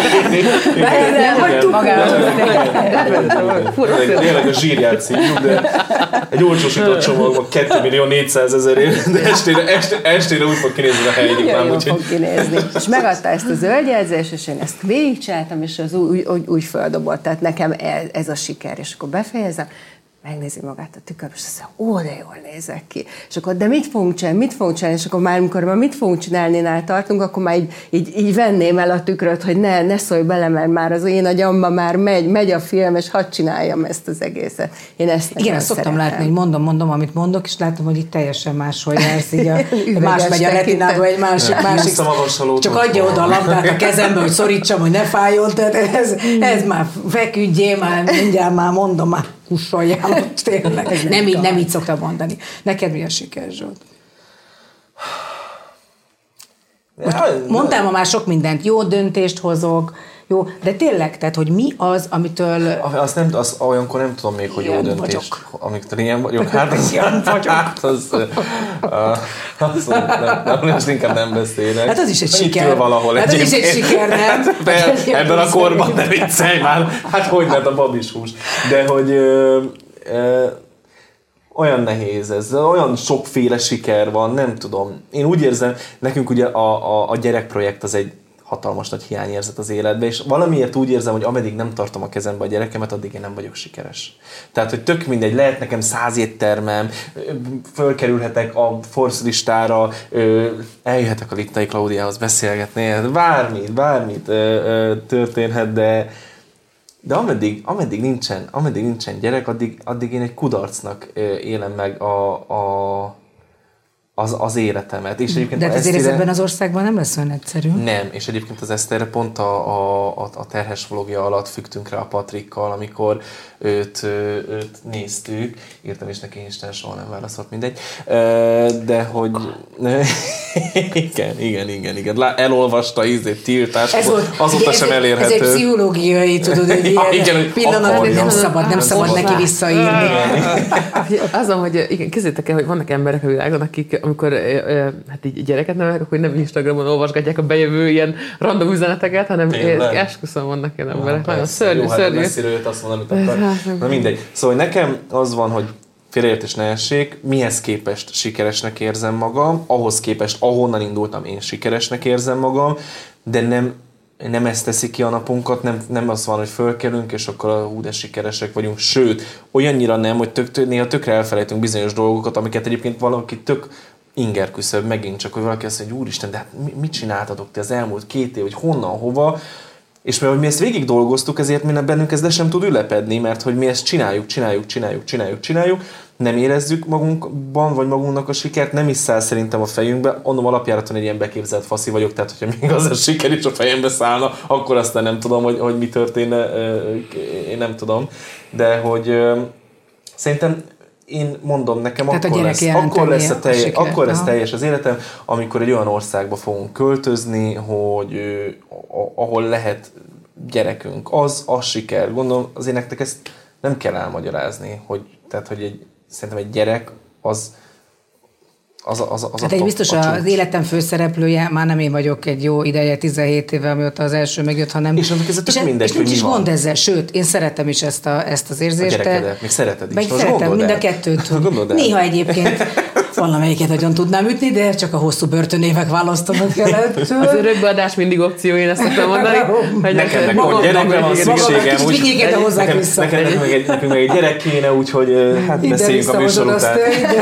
Nem hagytuk magához. Tényleg a zsírját szívjuk, de egy olcsósított csomagban 2.400.000 de estére úgy fog kinézni a helyig. Jól fog kinézni. És megadta ezt a zöld jelzést, és én ezt végigcsináltam, és az úgy földobott. Tehát nekem ez a siker. És akkor befejezem, megnézi magát a tükörbe, és azt mondja, de jól nézek ki. És akkor, de mit fogunk csinálni? És akkor már, amikor mit fogunk csinálni, tartunk, akkor már így venném el a tükröt, hogy ne szólj bele, mert már az én agyamba már megy a film, és hadd csináljam ezt az egészet. Én ezt igen, ezt szoktam látni, hogy mondom, amit mondok, és látom, hogy itt teljesen máshol jársz, így más megy a retinába, egy másik. Csak adja oda a lampát a kezembe, hogy szorítsam, hogy ne fájjon, tehát ez már feküdjél, már mindjárt már mondom, már kussoljál ott tényleg. Nem így szoktam mondani. Neked mi a siker, Zsolt? Mondtál ma már sok mindent, jó döntést hozok, jó, de tényleg, tehát, hogy mi az, amitől... Olyankor nem tudom még, hogy jó döntés. Amiktől ilyen vagyok. Most inkább nem beszélek. Hát az is egy siker. Hát az is egy siker, nem? Ebben a korban ne viccelj már. Hát hogy lehet a babishús. De hogy... olyan nehéz ez, olyan sokféle siker van, nem tudom. Én úgy érzem, nekünk ugye a gyerekprojekt az egy hatalmas nagy hiányérzet az életbe, és valamiért úgy érzem, hogy ameddig nem tartom a kezembe a gyerekemet, addig én nem vagyok sikeres. Tehát, hogy tök mindegy, lehet nekem 100 éttermem, fölkerülhetek a Forbes listára, eljöhetek a Littai Klaudiához beszélgetni, bármit történhet, de ameddig nincsen gyerek, addig én egy kudarcnak élem meg az életemet. És de hát azért ebben az országban nem lesz olyan egyszerű. Nem, és egyébként az Eszterre pont a terhes vlogja alatt függtünk rá a Patrikkal, amikor őt néztük. Írtam is neki Isten, soha nem válaszolt, mindegy. De hogy... igen. Elolvasta tiltást, azóta sem elérhető. Ez egy pszichológiai, tudod, egy ilyen pillanat, hogy nem szabad neki visszaírni. Azon, hogy igen, kezdjétek el, hogy vannak emberek a világon, akik amikor hát így gyereket nevelnek, akkor nem Instagramon olvasgatják a bejövő ilyen random üzeneteket, hanem esküszöm vannak ilyen emberek. Nagyon szörnyű. Hát messziről jött azt mondani, amit akar. Na mindegy. Szóval nekem az van, hogy félreértés ne essék, mihez képest sikeresnek érzem magam, ahhoz képest, ahonnan indultam, én sikeresnek érzem magam, de nem ezt teszi ki a napunkat, nem az van, hogy fölkelünk, és akkor de sikeresek vagyunk. Sőt, olyannyira nem, hogy néha tökre elfelejtünk bizonyos dolgokat, amiket egyébként valaki tök inger küszöb megint, csak hogy valaki azt mondja, hogy úristen, de hát mit csináltatok ti az elmúlt 2 év, hogy honnan, hova, És mert hogy mi ezt végig dolgoztuk, ezért bennünk ez le sem tud ülepedni, mert hogy mi ezt csináljuk, nem érezzük magunkban, vagy magunknak a sikert, nem is száll szerintem a fejünkbe. Onnom alapjáraton egy ilyen beképzelt faszi vagyok, tehát hogyha még az a siker is a fejembe szállna, akkor aztán nem tudom, hogy mi történne, én nem tudom. De hogy szerintem én mondom, nekem tehát akkor lesz teljes az életem, amikor egy olyan országba fogunk költözni, hogy ahol lehet gyerekünk. Az siker. Gondolom, azért nektek ezt nem kell elmagyarázni, hogy szerintem egy gyerek az hát egy biztos az életem főszereplője, már nem én vagyok egy jó ideje, 17 éve, amióta az első megjött, hanem... És ez tök mindegy, hogy mi is van. Gond ezzel, sőt, én szeretem is ezt az érzést. A gyerekedet, még szereted is. Meg szeretem mind a kettőt. Néha egyébként valamelyiket nagyon tudnám ütni, de csak a hosszú börtönévek választanak el. Az örökbeadás mindig opció, én ezt szoktam mondani. Nekem gyerekre van szükségem. Nekünk meg egy gyerek kéne, úgyhogy beszéljünk a műsor után.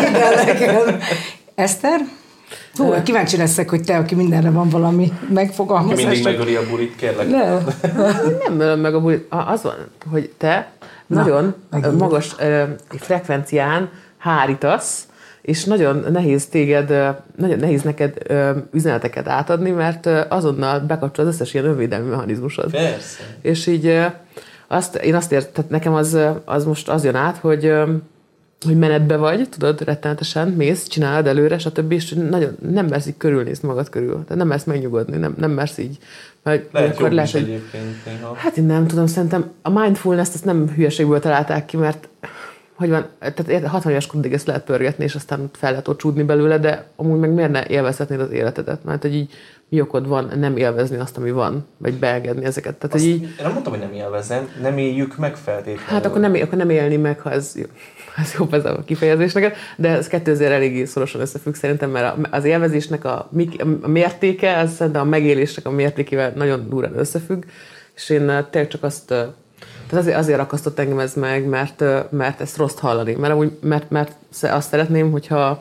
Eszter? Kíváncsi leszek, hogy te, aki mindenre van valami megfogalmazás. Ki mindig megöli a bulit, kérlek. Nem ölöm meg a bulit. Az van, hogy te nagyon magas frekvencián hárítasz, és nagyon nehéz neked üzeneteket átadni, mert azonnal bekapcsol az összes ilyen önvédelmi mechanizmusod. Persze. És így én azt értem, nekem az most az jön át, hogy menetbe vagy, tudod, rettenetesen mész, csinálod előre, stb. És nagyon nem mersz így körülnézni magad körül. Tehát nem mersz megnyugodni, nem mersz így. Lehet jobb is egyébként néha. Hát én nem tudom, szerintem a mindfulness-t ezt nem hülyeségből találták ki, mert hogy van, tehát 60 éves korig ezt lehet pörgetni, és aztán fel lehet ott csúdni belőle, de amúgy meg miért ne élvezhetnéd az életedet? Mert hogy így mi okod van nem élvezni azt, ami van, vagy beengedni ezeket. Tehát, hogy így, én nem mondtam, hogy nem élvezem, nem éljük meg feltétlenül. Hát akkor nem élni meg, ha ez jobb ez a kifejezés neked, de ez 2000 eléggé szorosan összefügg szerintem, mert az élvezésnek a mértéke, az szerintem a megélésnek a mértékével nagyon durán összefügg, és én tényleg csak azt, tehát azért akasztott engem ez meg, mert ezt rossz hallani, mert azt szeretném, hogyha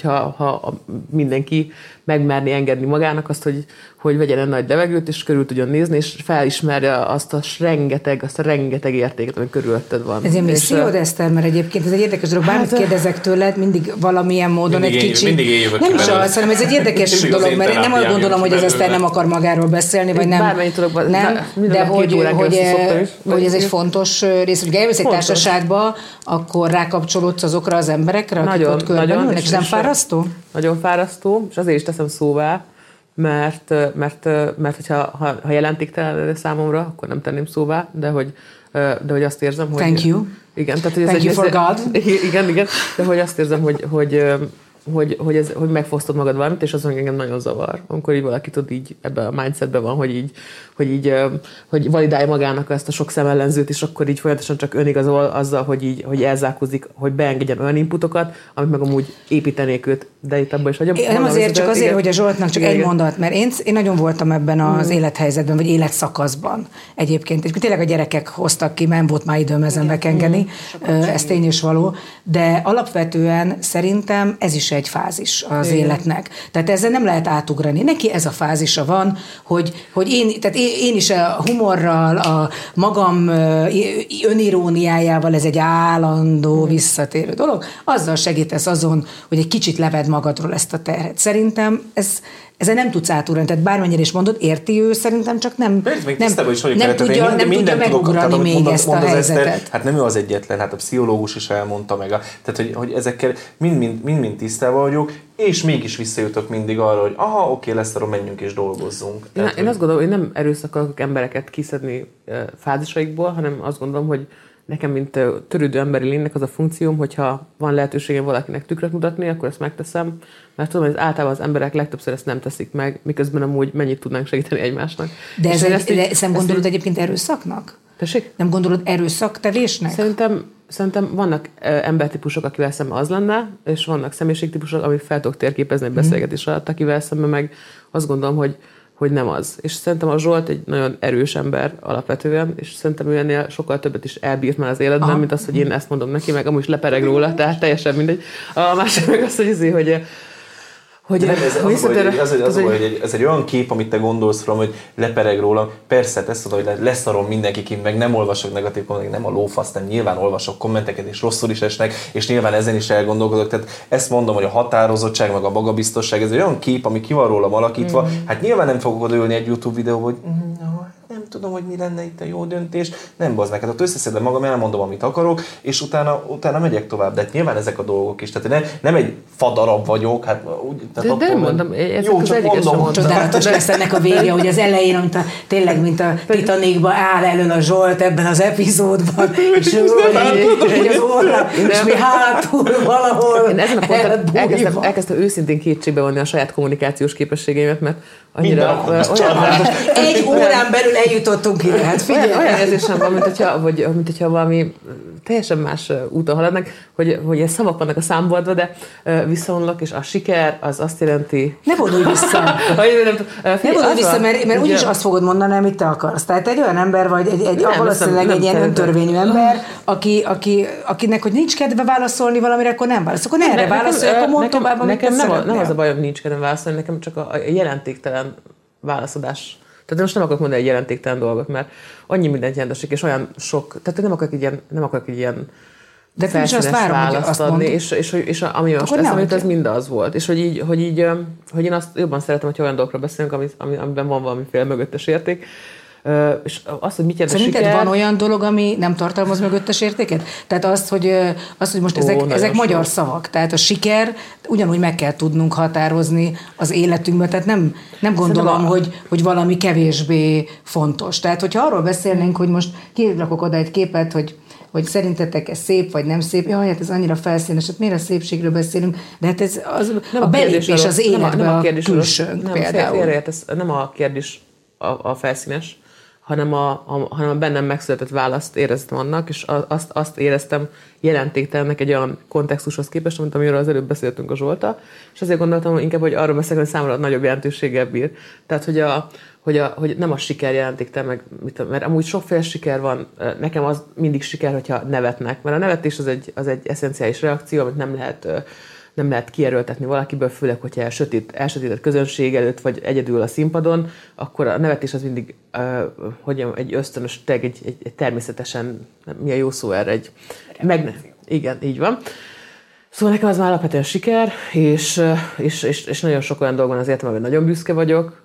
mindenki megmerni engedni magának azt, hogy vegyen egy nagy levegőt, és körül tudjon nézni, és felismerje azt a rengeteg értéket, ami körülötted van. Ez ilyen missziód, Eszter, mert egyébként ez egy érdekes dolog, bármit kérdezek tőled, mindig valamilyen módon egy kicsit. Nem is az, hanem ez egy érdekes dolog, mert én nem azt gondolom, hogy az Eszter nem akar magáról beszélni, vagy nem. De hogy ez egy fontos rész, hogy elmész egy társaságba, akkor rákapcsolódsz azokra az emberekre, akik ott körben ülnek, és nem fárasztó? Nagyon fárasztó, és azért is teszem szóvá, mert hogyha jelentéktelen számomra, akkor nem tenném szóvá, de hogy azt érzem, hogy... Thank you. Igen, tehát, hogy Thank you for God. Igen, de hogy azt érzem, hogy megfosztod magad valamit, és azon engem nagyon zavar. Amikor így valaki tud így ebben a mindsetben van, hogy validálja magának ezt a sok szemellenzőt, és akkor így folyamatosan csak önigazol azzal, hogy elzárkózik, hogy beengedjen olyan inputokat, amit meg amúgy építenék őt, de itt abban is hagyom. Nem azért, csak azért, hogy a Zsoltnak csak egy mondat, mert én nagyon voltam ebben az élethelyzetben, vagy életszakaszban egyébként. Tényleg a gyerekek hoztak ki, nem volt már időm ezen bekengeni, ez tény és való, de alapvetően szerintem ez is egy fázis az életnek. Tehát ezzel nem lehet átugrani. Neki ez a fázisa van, hogy én is a humorral, a magam öniróniájával, ez egy állandó visszatérő dolog, azzal segítesz azon, hogy egy kicsit leved magadról ezt a terhet. Szerintem ezzel nem tudsz átugrani, tehát bármennyire is mondod, érti ő, szerintem csak nem tudja megugrani még ezt a helyzetet. Hát nem ő az egyetlen, hát a pszichológus is elmondta meg. Tehát, hogy ezekkel mind tisztában vagyok, és mégis visszajutok mindig arra, hogy oké, lesz arra, menjünk és dolgozzunk. Én azt gondolom, hogy nem erőszakolok embereket kiszedni fázisaikból, hanem azt gondolom, hogy nekem, mint törődő emberi lénynek az a funkcióm, hogyha van lehetőségem valakinek tükröt mutatni, akkor ezt megteszem, mert tudom, hogy általában az emberek legtöbbször ezt nem teszik meg, miközben amúgy mennyit tudnánk segíteni egymásnak. De ezt nem gondolod egyébként erőszaknak? Tessék? Nem gondolod erőszaktevésnek? Szerintem vannak embertípusok, akivel szemben az lenne, és vannak személyiségtípusok, amit fel tudok térképezni egy beszélgetés alatt, akivel szemben meg azt gondolom, hogy nem az. És szerintem a Zsolt egy nagyon erős ember alapvetően, és szerintem ő ennél sokkal többet is elbírt már az életben, mint az, hogy én ezt mondom neki, meg amúgy is lepereg róla, tehát teljesen mindegy. A másik meg az, ez egy olyan kép, amit te gondolsz róla, hogy lepereg róla. Persze, ezt tudod, hogy leszarom mindenkiként, meg nem olvasok negatív kommenteket, nem a lófasz, nem nyilván olvasok kommenteket, és rosszul is esnek, és nyilván ezen is elgondolkodok. Tehát ezt mondom, hogy a határozottság, meg a magabiztosság, ez egy olyan kép, ami ki van rólam alakítva. Hát nyilván nem fogok odaülni egy YouTube videóba, hogy nem tudom, hogy mi lenne itt a jó döntés. Nem bazd meg, hát ott összeszedem magam, elmondom, amit akarok, és utána megyek tovább. De hát nyilván ezek a dolgok is. Tehát nem egy fadarab vagyok, hát úgy... De nem mondom, jó, csak mondom. Csodálatos lesz ennek a vége, hogy az elején, tényleg, mint a Titanicban áll elől a Zsolt ebben az epizódban, és az orra, és mi hátul valahol. Én ezen a ponton elkezdtem őszintén kétségbe vonni a saját kommunikációs képességeimet, mert annyira... Egy órán belül eljutottunk ide, hát figyelj! Olyan érzésem van, mint hogyha valami teljesen más úton haladnak, hogy ez szavak vannak a számboltban, de viszonylag, és a siker az azt jelenti... Ne vonulj vissza! Ne vonulj vissza, mert úgyis azt fogod mondani, amit te akarsz. Tehát egy olyan ember vagy, valószínűleg egy ilyen öntörvényű ember, akinek, hogy nincs kedve válaszolni valamire, akkor nem válaszol. Akkor ne erre válaszolj, akkor mondd tovább, amit te szeretnél. Nem az a bajom, nincs kedve válaszolni, nekem csak a jelentéktelen válaszadás. Tehát most nem akarok mondani egy jelentéktelen dolgot, mert annyi mindent jelentessék, és olyan sok, tehát nem akarok egy ilyen de felszínes választ adni, és ami most eszembe ez mind az volt. És hogy én azt jobban szeretem, hogy olyan dolgokra beszélünk, amiben van valamiféle mögöttes érték. És azt, hogy mit jelent a siker... Szerinted van olyan dolog, ami nem tartalmaz mögöttes értéket? Tehát azt, hogy most ezek magyar szavak. Tehát a siker ugyanúgy meg kell tudnunk határozni az életünkben. Tehát nem gondolom, hogy valami kevésbé fontos. Tehát, hogyha arról beszélnénk, hogy most kirakok oda egy képet, hogy szerintetek ez szép, vagy nem szép, jaj, hát ez annyira felszínes, hát miért a szépségről beszélünk, de hát ez a belépés az életbe, a külsőnk például. Nem a kérdés a felszínes, hanem a bennem megszületett választ éreztem annak, és azt éreztem jelentéktelennek egy olyan kontextushoz képest, mint amiről az előbb beszéltünk a Zsolta, és azért gondoltam inkább, hogy arról beszélek, hogy számomra nagyobb jelentőséggel bír. Tehát, hogy nem a siker jelentéktelen, mert amúgy sokféle siker van, nekem az mindig siker, hogyha nevetnek, mert a nevetés az egy eszenciális reakció, amit nem lehet kierőltetni valakiből, főleg, hogyha elsötétett közönség előtt, vagy egyedül a színpadon, akkor a nevetés az mindig egy ösztönös, egy természetesen, mi a jó szó erre, igen, így van. Szóval nekem az már alapvetően siker, és nagyon sok olyan dolog van az életemben, hogy nagyon büszke vagyok,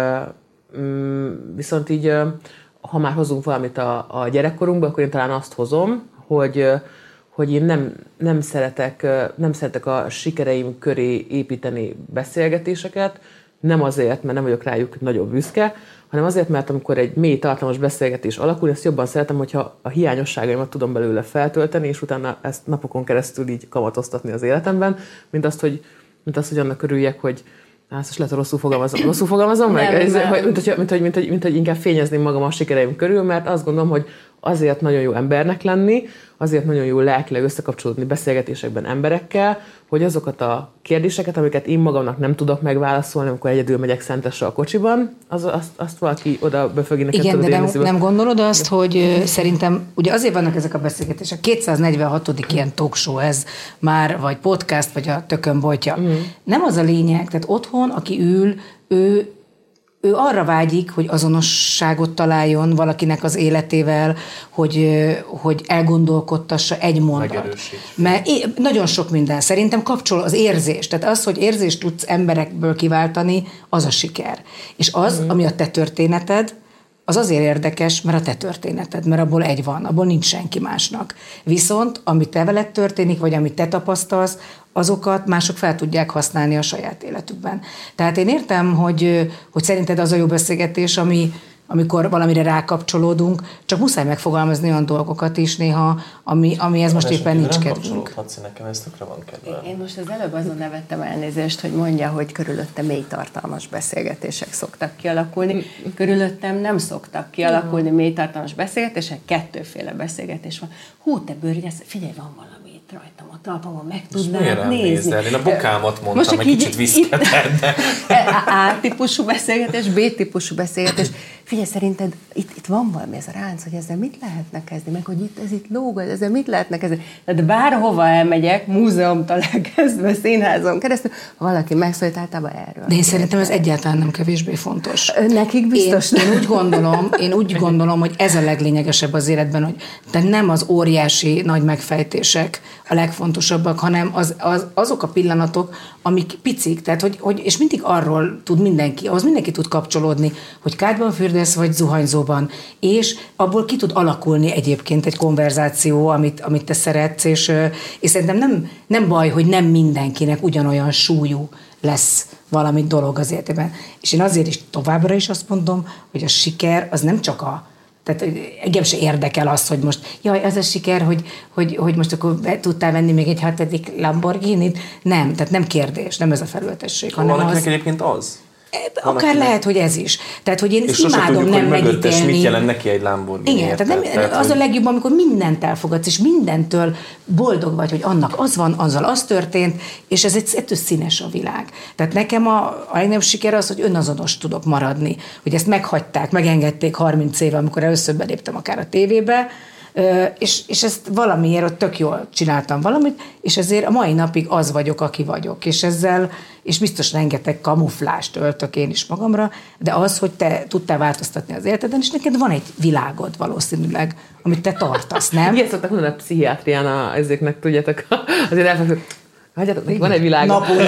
viszont így, ha már hozunk valamit a gyerekkorunkba, akkor én talán azt hozom, hogy én nem szeretek a sikereim köré építeni beszélgetéseket, nem azért, mert nem vagyok rájuk nagyon büszke, hanem azért, mert amikor egy mély, tartalmas beszélgetés alakul, ezt jobban szeretem, hogyha a hiányosságaimat tudom belőle feltölteni, és utána ezt napokon keresztül így kamatoztatni az életemben, mint azt, hogy annak örüljek, hogy most lehet, rosszul fogalmazom meg, mint hogy inkább fényezném magam a sikereim körül, mert azt gondolom, hogy azért nagyon jó embernek lenni, azért nagyon jó lelkileg összekapcsolódni beszélgetésekben emberekkel, hogy azokat a kérdéseket, amiket én magamnak nem tudok megválaszolni, amikor egyedül megyek Szentesre a kocsiban, azt valaki oda befögi neked. Igen, de nem gondolod azt, hogy szerintem, ugye azért vannak ezek a beszélgetések, 246. ilyen talk show ez már, vagy podcast, vagy a tökön boltja. Nem az a lényeg, tehát otthon, aki ül, ő arra vágyik, hogy azonosságot találjon valakinek az életével, hogy elgondolkodtassa egy mondat. Mert nagyon sok minden szerintem kapcsol az érzés. Tehát az, hogy érzést tudsz emberekből kiváltani, az a siker. És az, ami a te történeted, az azért érdekes, mert a te történeted, mert abból egy van, abból nincs senki másnak. Viszont, ami te veled történik, vagy amit te tapasztalsz, azokat mások fel tudják használni a saját életükben. Tehát én értem, hogy szerinted az a jó beszélgetés, amikor valamire rákapcsolódunk, csak muszáj megfogalmazni olyan dolgokat is néha, amihez most éppen nincs kedvünk. Nekem ez tökre van kedve. Én most az előbb azon nevettem elnézést, hogy mondja, hogy körülötte mély tartalmas beszélgetések szoktak kialakulni. Körülöttem nem szoktak kialakulni mély tartalmas beszélgetések, kettőféle beszélgetés van. Hú, te bőrgyász, figyelj, van valami itt rajtam a talpamon, meg tudnám nézni. Én a bokámat mondtam, egy kicsit viszketed. A-típusú beszélgetés, B-típusú beszélgetés. figyelj, szerinted itt van valami ez a ránc, hogy ezzel mit lehetne kezdeni, meg hogy ez itt lóg, ezzel mit lehetne kezdeni. Tehát bárhova elmegyek, múzeumtól elkezdve, színházon keresztül, ha valaki megszólít, általában erről. De én szerintem ez egyáltalán nem kevésbé fontos. Nekik biztos Én úgy gondolom, hogy ez a leglényegesebb az életben, hogy de nem az óriási nagy megfejtések a legfontosabbak, hanem azok a pillanatok, amik picik, tehát hogy és mindig arról tud ahhoz mindenki tud kapcsolódni, hogy kádban fürdesz, vagy zuhanyzóban, és abból ki tud alakulni egyébként egy konverzáció, amit te szeretsz, és szerintem nem baj, hogy nem mindenkinek ugyanolyan súlyú lesz valami dolog az életében. És én azért is továbbra is azt mondom, hogy a siker az nem csak tehát engem se érdekel az, hogy most, az a siker, hogy most akkor tudtál venni még egy 6. Lamborghinit. Nem, tehát nem kérdés, nem ez a felületesség. Hanem valakinek egyébként az. Akár lehet, hogy ez is. Tehát, hogy én és imádom tudjuk, nem megítélni. Mit jelent neki egy Lamborghini. Igen, tehát az a legjobb, amikor mindent elfogadsz, és mindentől boldog vagy, hogy annak az van, azzal az történt, és ez ettől színes a világ. Tehát nekem a legnagyobb siker az, hogy önazonos tudok maradni. Hogy ezt meghagyták, megengedték 30 éve, amikor először beléptem akár a tévébe, és ezt valamiért ott tök jól csináltam valamit, és ezért a mai napig az vagyok, aki vagyok. És biztos rengeteg kamuflást öltök én is magamra, de az, hogy te tudtál változtatni az életeden, és neked van egy világod valószínűleg, amit te tartasz, nem? Ilyen szoktak mondani a pszichiátrián ezeknek, tudjátok, azért elfekszünk. Hagyjátok, van egy világ.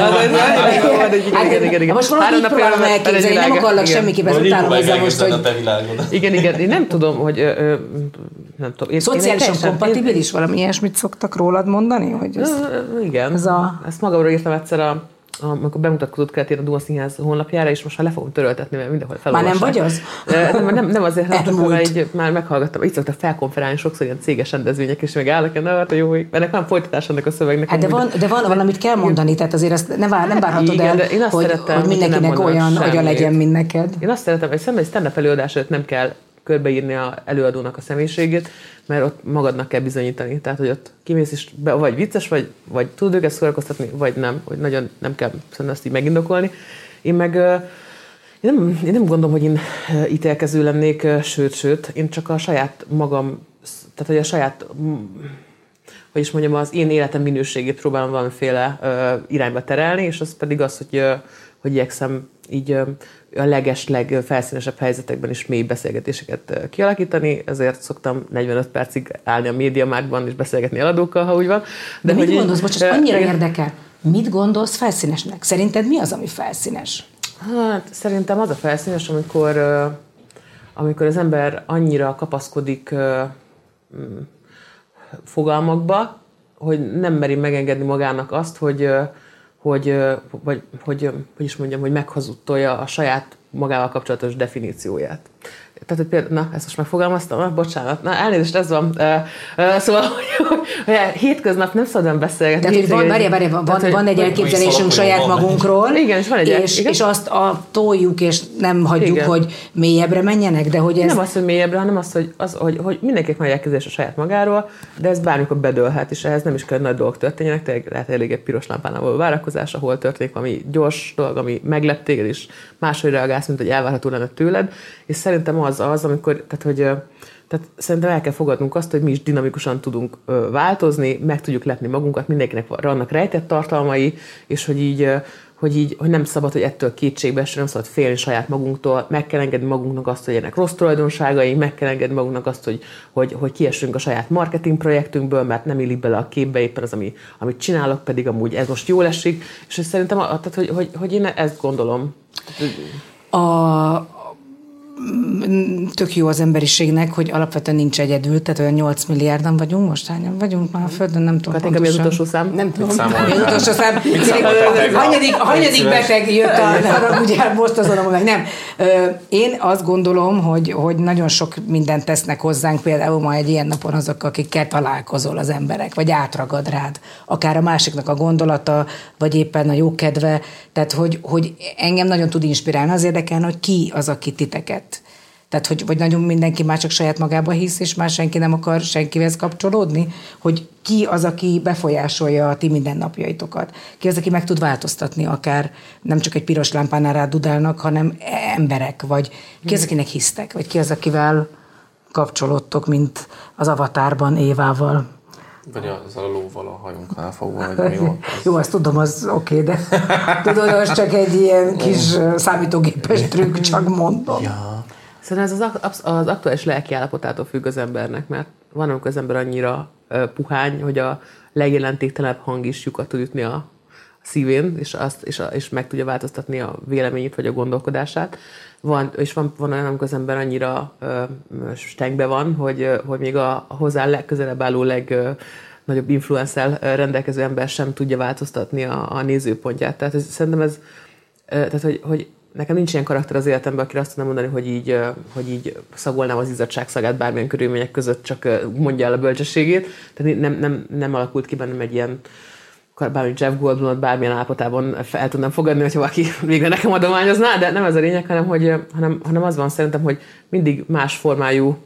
Igen. Most valahogy így próbálom elképzelni, nem akarlak semmiképpen, ezt utálom ezzel most, hogy... Igen, én nem tudom, hogy... Nem tudom. Szociálisan kompatibilis, valami ilyesmit szoktak rólad mondani? Hogy igen. Ezt magamról írtam egyszer amikor bemutatkozott keretén a Duma Színház honlapjára, és most már le fogom töröltetni, mert mindenhol felolvassák. Már nem vagy az? Nem azért, mert már meghallgattam, így szoktak felkonferálni sokszor ilyen céges rendezvények, és meg állnak, hát jó, ennek van folytatás ennek a szövegnek. Hát de van valamit kell mondani, tehát azért ezt nem várhatod el, hogy mindenkinek olyan agya legyen, mint neked. Én azt szeretem, hogy szemben egy stand-up előadás előtt nem kell körbeírni az előadónak a személyiségét, mert ott magadnak kell bizonyítani. Tehát, hogy ott kimész is, vagy vicces, vagy tudod őket szórakoztatni, vagy nem, hogy nagyon nem kell ezt így megindokolni. Én nem gondolom, hogy én ítélkező lennék, sőt, én csak a saját magam, tehát, hogy a saját, hogy is mondjam, az én életem minőségét próbálom valamiféle irányba terelni, és az pedig az, hogy igyekszem így a legesleg felszínesebb helyzetekben is mély beszélgetéseket kialakítani, ezért szoktam 45 percig állni a médiamárkban és beszélgetni eladókkal, ha úgy van. De mit gondolsz? Most annyira érdekel. Mit gondolsz felszínesnek? Szerinted mi az, ami felszínes? Hát szerintem az a felszínes, amikor az ember annyira kapaszkodik fogalmakba, hogy nem meri megengedni magának azt, hogy is mondjam, hogy meghazudtolja a saját magával kapcsolatos definícióját. Tehát, hogy például, ezt most megfogalmaztam, bocsánat, elnézést, ez van. Szóval, hogy hétköznap nem szabad beszélgetni. Tehát, van egy elképzelésünk saját magunkról, igen, és van egy és azt toljuk, és nem hagyjuk, igen, hogy mélyebbre menjenek, de hogy ez... Nem az, hogy mélyebbre, hanem az, hogy mindenkinek van egy elképzelés a saját magáról, de ez bármikor bedőlhet, és ehhez nem is kell nagy dolgok történjenek, lehet elég egy piros lámpánál való várakozás, ahol történik valami gyors dolog, ami meglep téged, és máshogy reagálsz, mint hogy elvárható lenne tőled, és szerintem az, amikor, tehát szerintem el kell fogadnunk azt, hogy mi is dinamikusan tudunk változni, meg tudjuk lepni magunkat, mindenkinek vannak rejtett tartalmai, és hogy nem szabad, hogy ettől kétségbe esni, nem szabad félni saját magunktól, meg kell engedni magunknak azt, hogy ennek rossz tulajdonságai, meg kell engedni magunknak azt, hogy kiessünk a saját marketing projektünkből, mert nem illik bele a képbe éppen az, amit csinálok, pedig amúgy ez most jól esik, és szerintem, hogy én ezt gondolom. Tök jó az emberiségnek, hogy alapvetően nincs egyedül, tehát olyan 8 milliárdan vagyunk, most hányan vagyunk már a Földön, nem tudom pontosan. Mi az utolsó szám? Nem tudom. Mi az utolsó szám? Hanyadik beteg jött ugye most azon, meg nem. Én azt gondolom, hogy nagyon sok mindent tesznek hozzánk, például ma egy ilyen napon azok, akikkel találkozol az emberek, vagy átragad rád, akár a másiknak a gondolata, vagy éppen a jó kedve, tehát hogy engem nagyon tud inspirálni, az érdekelne, hogy ki az, aki titeket Tehát, hogy vagy nagyon mindenki már csak saját magába hisz, és már senki nem akar senkihez kapcsolódni? Hogy ki az, aki befolyásolja a ti mindennapjaitokat? Ki az, aki meg tud változtatni akár nem csak egy piros lámpánál rádudálnak, hanem emberek? Vagy ki az, akinek hisztek? Vagy ki az, akivel kapcsolódtok, mint az Avatárban Évával? Vagy az a lóval a hajunknál fogva, vagy mi volt az? Jó, azt tudom, az oké, de tudod, az csak egy ilyen kis számítógépes trükk, csak mondom. Ja. Szerintem ez az aktuális lelki állapotától függ az embernek, mert van, amikor az ember annyira puhány, hogy a legjelentéktelenebb hang is lyukat tud ütni a szívén, és meg tudja változtatni a véleményét vagy a gondolkodását. Van olyan, amikor az ember annyira stengbe van, hogy még a hozzá legközelebb álló legnagyobb influencer rendelkező ember sem tudja változtatni a nézőpontját. Tehát szerintem hogy nekem nincs ilyen karakter az életemben, akire azt tudom mondani, hogy így szagolnám az izzadság szagát bármilyen körülmények között, csak mondja el a bölcsességét. Tehát nem alakult ki bennem egy ilyen, bármi Jeff Goldblumot bármilyen állapotában el tudnám fogadni, hogyha valaki végre nekem adományozná, de nem ez a lényeg, hanem az van szerintem, hogy mindig más formájú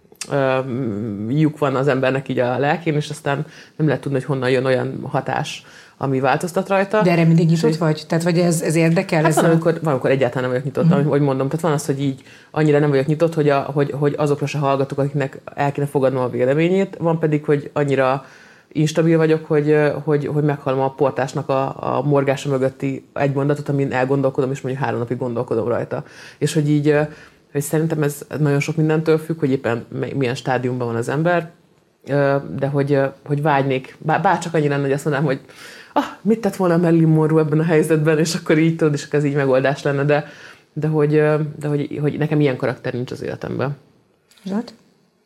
lyuk van az embernek így a lelkén, és aztán nem lehet tudni, hogy honnan jön olyan hatás, ami változtat rajta. De erre mindig nyitott vagy? Tehát, vagy ez érdekel? Hát van, amikor egyáltalán nem vagyok nyitott, ahogy mondom. Tehát van az, hogy így annyira nem vagyok nyitott, hogy azokra se hallgatok, akiknek el kéne fogadnom a véleményét. Van pedig, hogy annyira instabil vagyok, hogy meghallom a portásnak a morgása mögötti egy mondatot, amin elgondolkodom, és mondjuk 3 napig gondolkodom rajta. És hogy így, hogy szerintem ez nagyon sok mindentől függ, hogy éppen milyen stádiumban van az ember, de hogy vágynék, bárcsak annyi lenne, hogy azt mondanám, hogy mit tett volna Marilyn Monroe ebben a helyzetben, és akkor így tudod, és ez így megoldás lenne, de hogy nekem ilyen karakter nincs az életemben. Zsolt?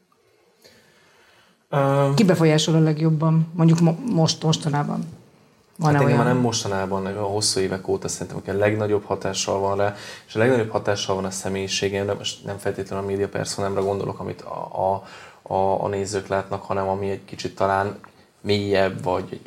Ki befolyásol a legjobban, mondjuk mostanában? Hát engem már nem mostanában, a hosszú évek óta szerintem, hogy a legnagyobb hatással van rá, és a legnagyobb hatással van a személyiségem, de most nem feltétlenül a média personámra gondolok, amit a nézők látnak, hanem ami egy kicsit talán mélyebb, vagy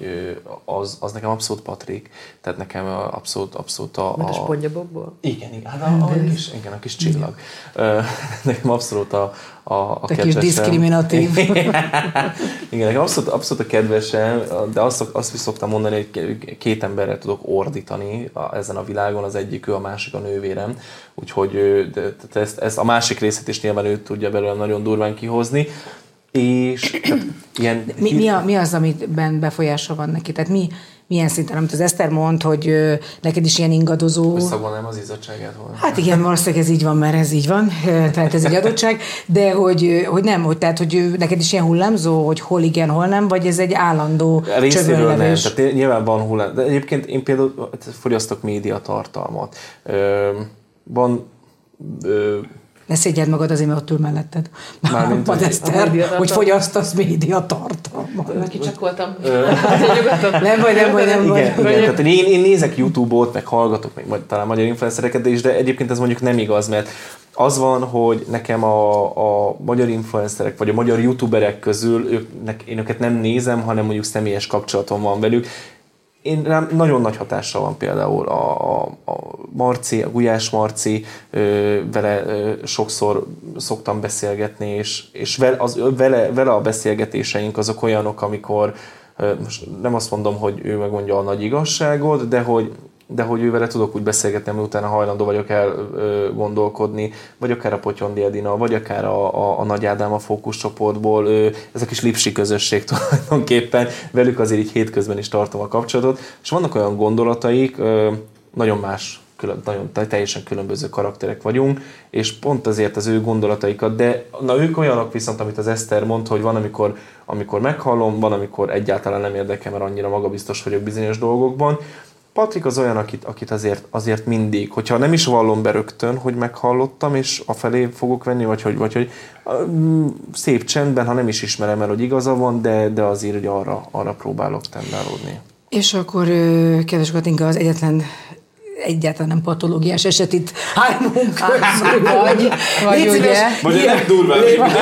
az nekem abszolút Patrik, tehát nekem abszolút a... Mert a SpongeBobból? Igen, a kis csillag. Nekem abszolút a kedvesem. Kis diszkriminatív. Igen, nekem abszolút a kedvesem, de azt is szoktam mondani, hogy 2 emberrel tudok ordítani ezen a világon, az egyik ő, a másik a nővérem, úgyhogy ezt a másik részét is nyilván ő tudja belőlem nagyon durván kihozni. És ilyen... Mi az, amiben befolyása van neki? Tehát milyen szinten, amit az Eszter mond, hogy neked is ilyen ingadozó... Összegolnám az izzadságát volna. Hát igen, valószínűleg ez így van, mert ez így van, tehát ez egy adottság, de hogy nem, tehát hogy neked is ilyen hullámzó, hogy hol igen, hol nem, vagy ez egy állandó csövönlevés? Nem, tehát nyilván van hullám, de egyébként én például fogyasztok médiatartalmat. Van... Ne szégyeld magad, azért, mert ott ül melletted. Mármint Eszter, hogy fogyasztasz médiatartalmat. Mert kicsakoltam. Nem baj. Igen, tehát én nézek YouTube-ot, meg hallgatok még talán magyar influencereket is, de egyébként ez mondjuk nem igaz, mert az van, hogy nekem a magyar influencerek, vagy a magyar youtuberek közül én őket nem nézem, hanem mondjuk személyes kapcsolatom van velük. Én rám nagyon nagy hatással van például a Marci, a Gulyás Marci, vele sokszor szoktam beszélgetni, és vele a beszélgetéseink azok olyanok, amikor most nem azt mondom, hogy ő megmondja a nagy igazságot, de hogy ővele tudok úgy beszélgetni, ami utána hajlandó vagyok elgondolkodni, vagy akár a Potyondi Edina, vagy akár a Nagy Ádám a fókuszcsoportból, ez a kis lipsi közösség tulajdonképpen, velük azért így hétközben is tartom a kapcsolatot, és vannak olyan gondolataik, nagyon más, nagyon teljesen különböző karakterek vagyunk, és pont azért az ő gondolataikat, de ők olyanok viszont, amit az Eszter mond, hogy van, amikor meghallom, van, amikor egyáltalán nem érdekel, mert annyira magabiztos vagyok bizonyos dolgokban. Patrik az olyan, akit azért mindig, hogyha nem is vallom be rögtön, hogy meghallottam, és afelé fogok venni, vagy hogy szép csendben, ha nem is ismerem el, hogy igaza van, de azért hogy arra próbálok tendálódni. És akkor, kedves Katinka, az egyetlen egyáltalán nem patológiás eset itt hármunk közül. Vagy ugye? Vagy nem durván.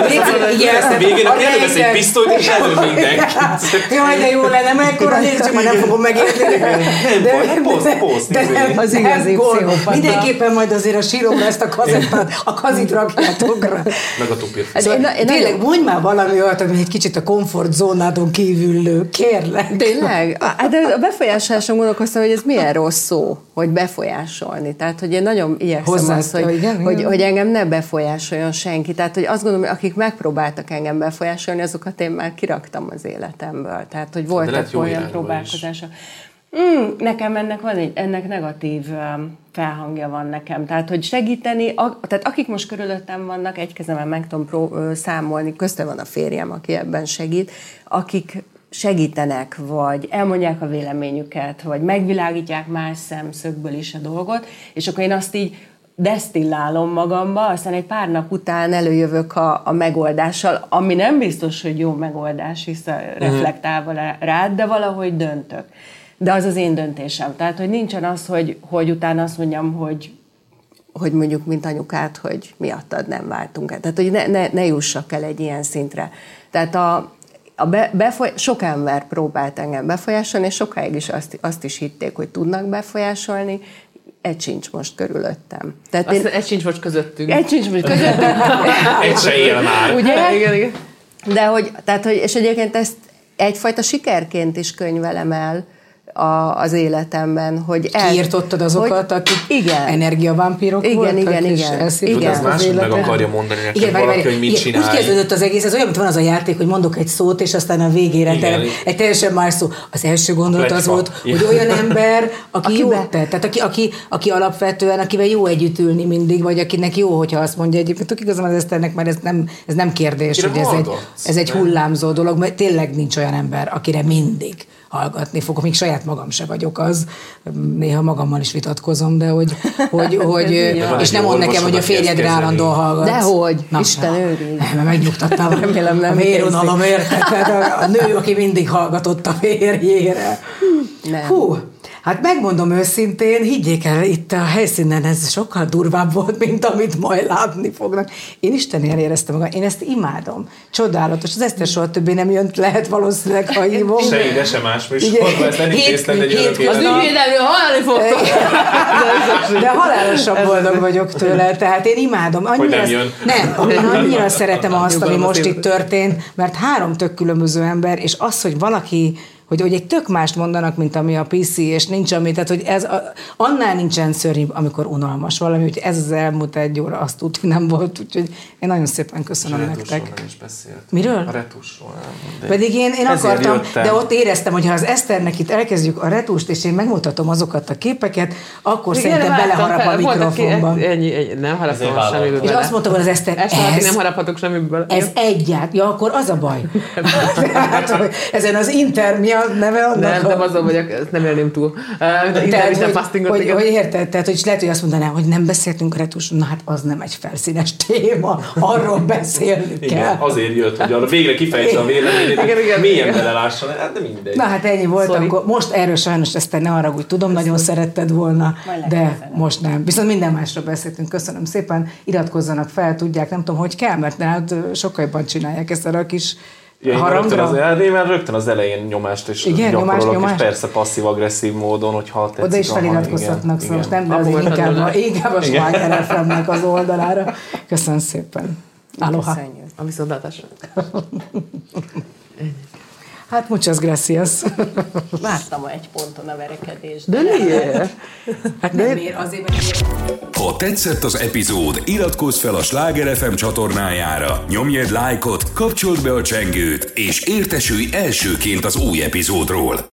Végén a kérdez egy pisztolyt, és elő mindenkit. Jaj, de jó lenne, mekkora nézzük, már nem fogom megérteni. Nem poszt. Az igazi pszichopata. Mindenképpen majd azért a síromra ezt a kazettát, a kazit rakjátok rá. Meg a tupírt. Tényleg, mondj már valami olyat, ami egy kicsit a komfortzónádon kívül lő, kérlek. Tényleg? De a befolyásoláson gondolkoztam, hogy ez milyen rossz szó, hogy befolyásolni. Tehát, hogy én nagyon igyekszem azt, hogy engem ne befolyásoljon senki. Tehát, hogy azt gondolom, hogy akik megpróbáltak engem befolyásolni, azokat én már kiraktam az életemből. Tehát, hogy voltak olyan próbálkozások. Nekem ennek negatív felhangja van nekem. Tehát, hogy segíteni, tehát akik most körülöttem vannak, egy kezemen meg tudom számolni, közte van a férjem, aki ebben segít, akik segítenek, vagy elmondják a véleményüket, vagy megvilágítják más szemszögből is a dolgot, és akkor én azt így desztillálom magamba, aztán egy pár nap után előjövök a megoldással, ami nem biztos, hogy jó megoldás, reflektálva rád, de valahogy döntök. De az az én döntésem. Tehát, hogy nincsen az, hogy utána azt mondjam, hogy mondjuk, mint anyukát, hogy miattad nem váltunk el. Tehát, hogy ne jussak el egy ilyen szintre. Tehát sok ember próbált engem befolyásolni, és sokáig is azt is hitték, hogy tudnak befolyásolni, egy sincs most körülöttem. Tehát egy sincs most közöttünk. Egy sincs most közöttünk. Egy se él már. Ugye? Igen. De és egyébként ezt egyfajta sikerként is könyvelem el az életemben, hogy kiirtottad azokat, akik energiavámpírok voltak, igen. Ez másod meg akarja mondani neked valaki, hogy mit csinálj. Úgy kezdődött az egész, ez olyan, mint van az a játék, hogy mondok egy szót, és aztán a végére egy teljesen más szó. Az első gondolat az volt, hogy olyan ember, aki jót tett, tehát aki alapvetően, akivel jó együtt ülni mindig, vagy akinek jó, hogyha azt mondja egyébként, igazán az Eszternek, mert ez nem kérdés, hogy ez egy hullámzó dolog, mert tényleg nincs olyan ember, akire mindig hallgatni fogok, még saját magam se vagyok az, néha magammal is vitatkozom, de hogy és nem mond nekem, hogy a férjedre állandóan hallgatsz. Dehogy, Isten őriz. Mert megnyugtattam, remélem nem a vérunalom érted, a nő, aki mindig hallgatott a férjére. Nem. Hú, hát megmondom őszintén, higgyék el, itt a helyszínen ez sokkal durvább volt, mint amit majd látni fognak. Én Istenért éreztem magam, én ezt imádom. Csodálatos. Az Eszter soha többé nem jön, lehet valószínűleg, ha hívom. Se ide, se más műsorban, ezt nem intéztem egy örök Az ügyvédelmű halálni fogtok. De halálosabb boldog vagyok tőle, tehát én imádom. Én annyira szeretem azt, ami most itt történt, mert 3 tök különböző ember, és az, hogy valaki hogy egy tök mást mondanak, mint ami a PC, és nincs ami, tehát hogy annál nincsen szörnyűbb, amikor unalmas valami, hogy ez az elmúlt 1 óra, azt tudni nem volt, úgyhogy én nagyon szépen köszönöm nektek. Nem is beszélt. Miről? A retusról nem. Pedig én akartam, de ott éreztem, hogy ha az Eszternek itt elkezdjük a retust, és én megmutatom azokat a képeket, akkor szerintem beleharap a mikrofonban. Nem haraptam semmibe bele. És azt mondtam, hogy az Eszter, nem haraphatok semmibe bele. Ez egyáltalán, ja, akkor az a baj. Ezen az Inter miatt neve annak? Nem azon vagyok, ezt nem élném túl. Hogy érted? Tehát, hogy lehet, hogy azt mondaná, hogy nem beszéltünk retusról, na hát az nem egy felszínes téma, arról beszélni kell. Igen, azért jött, hogy arra végre kifejtse a véleményét, mélyen belelásson, de mindegy. Na hát ennyi volt, akkor most erről sajnos ezt ne haragudj, tudom, nagyon szeretted volna, de most nem. Viszont minden másról beszéltünk, köszönöm szépen, iratkozzanak fel, tudják, nem tudom, hogy kell, mert hát sokkal jobban csinálják ezt a kis harangra. Én rögtön az elején nyomást is gyakorolok, és persze passzív-agresszív módon, hogyha tetszik. Oda is feliratkozhatnak, szóval most nem, de azért inkább a Sváger FM-nek az oldalára. Köszönöm szépen. Aloha. A viszontlátásra. Hát muchas gracias. Vártam 1 ponton a verekedést. De miért? Hát nem miért, azért, mert... Ha tetszett az epizód, iratkozz fel a Sláger FM csatornájára, nyomj egy lájkot, kapcsold be a csengőt, és értesülj elsőként az új epizódról.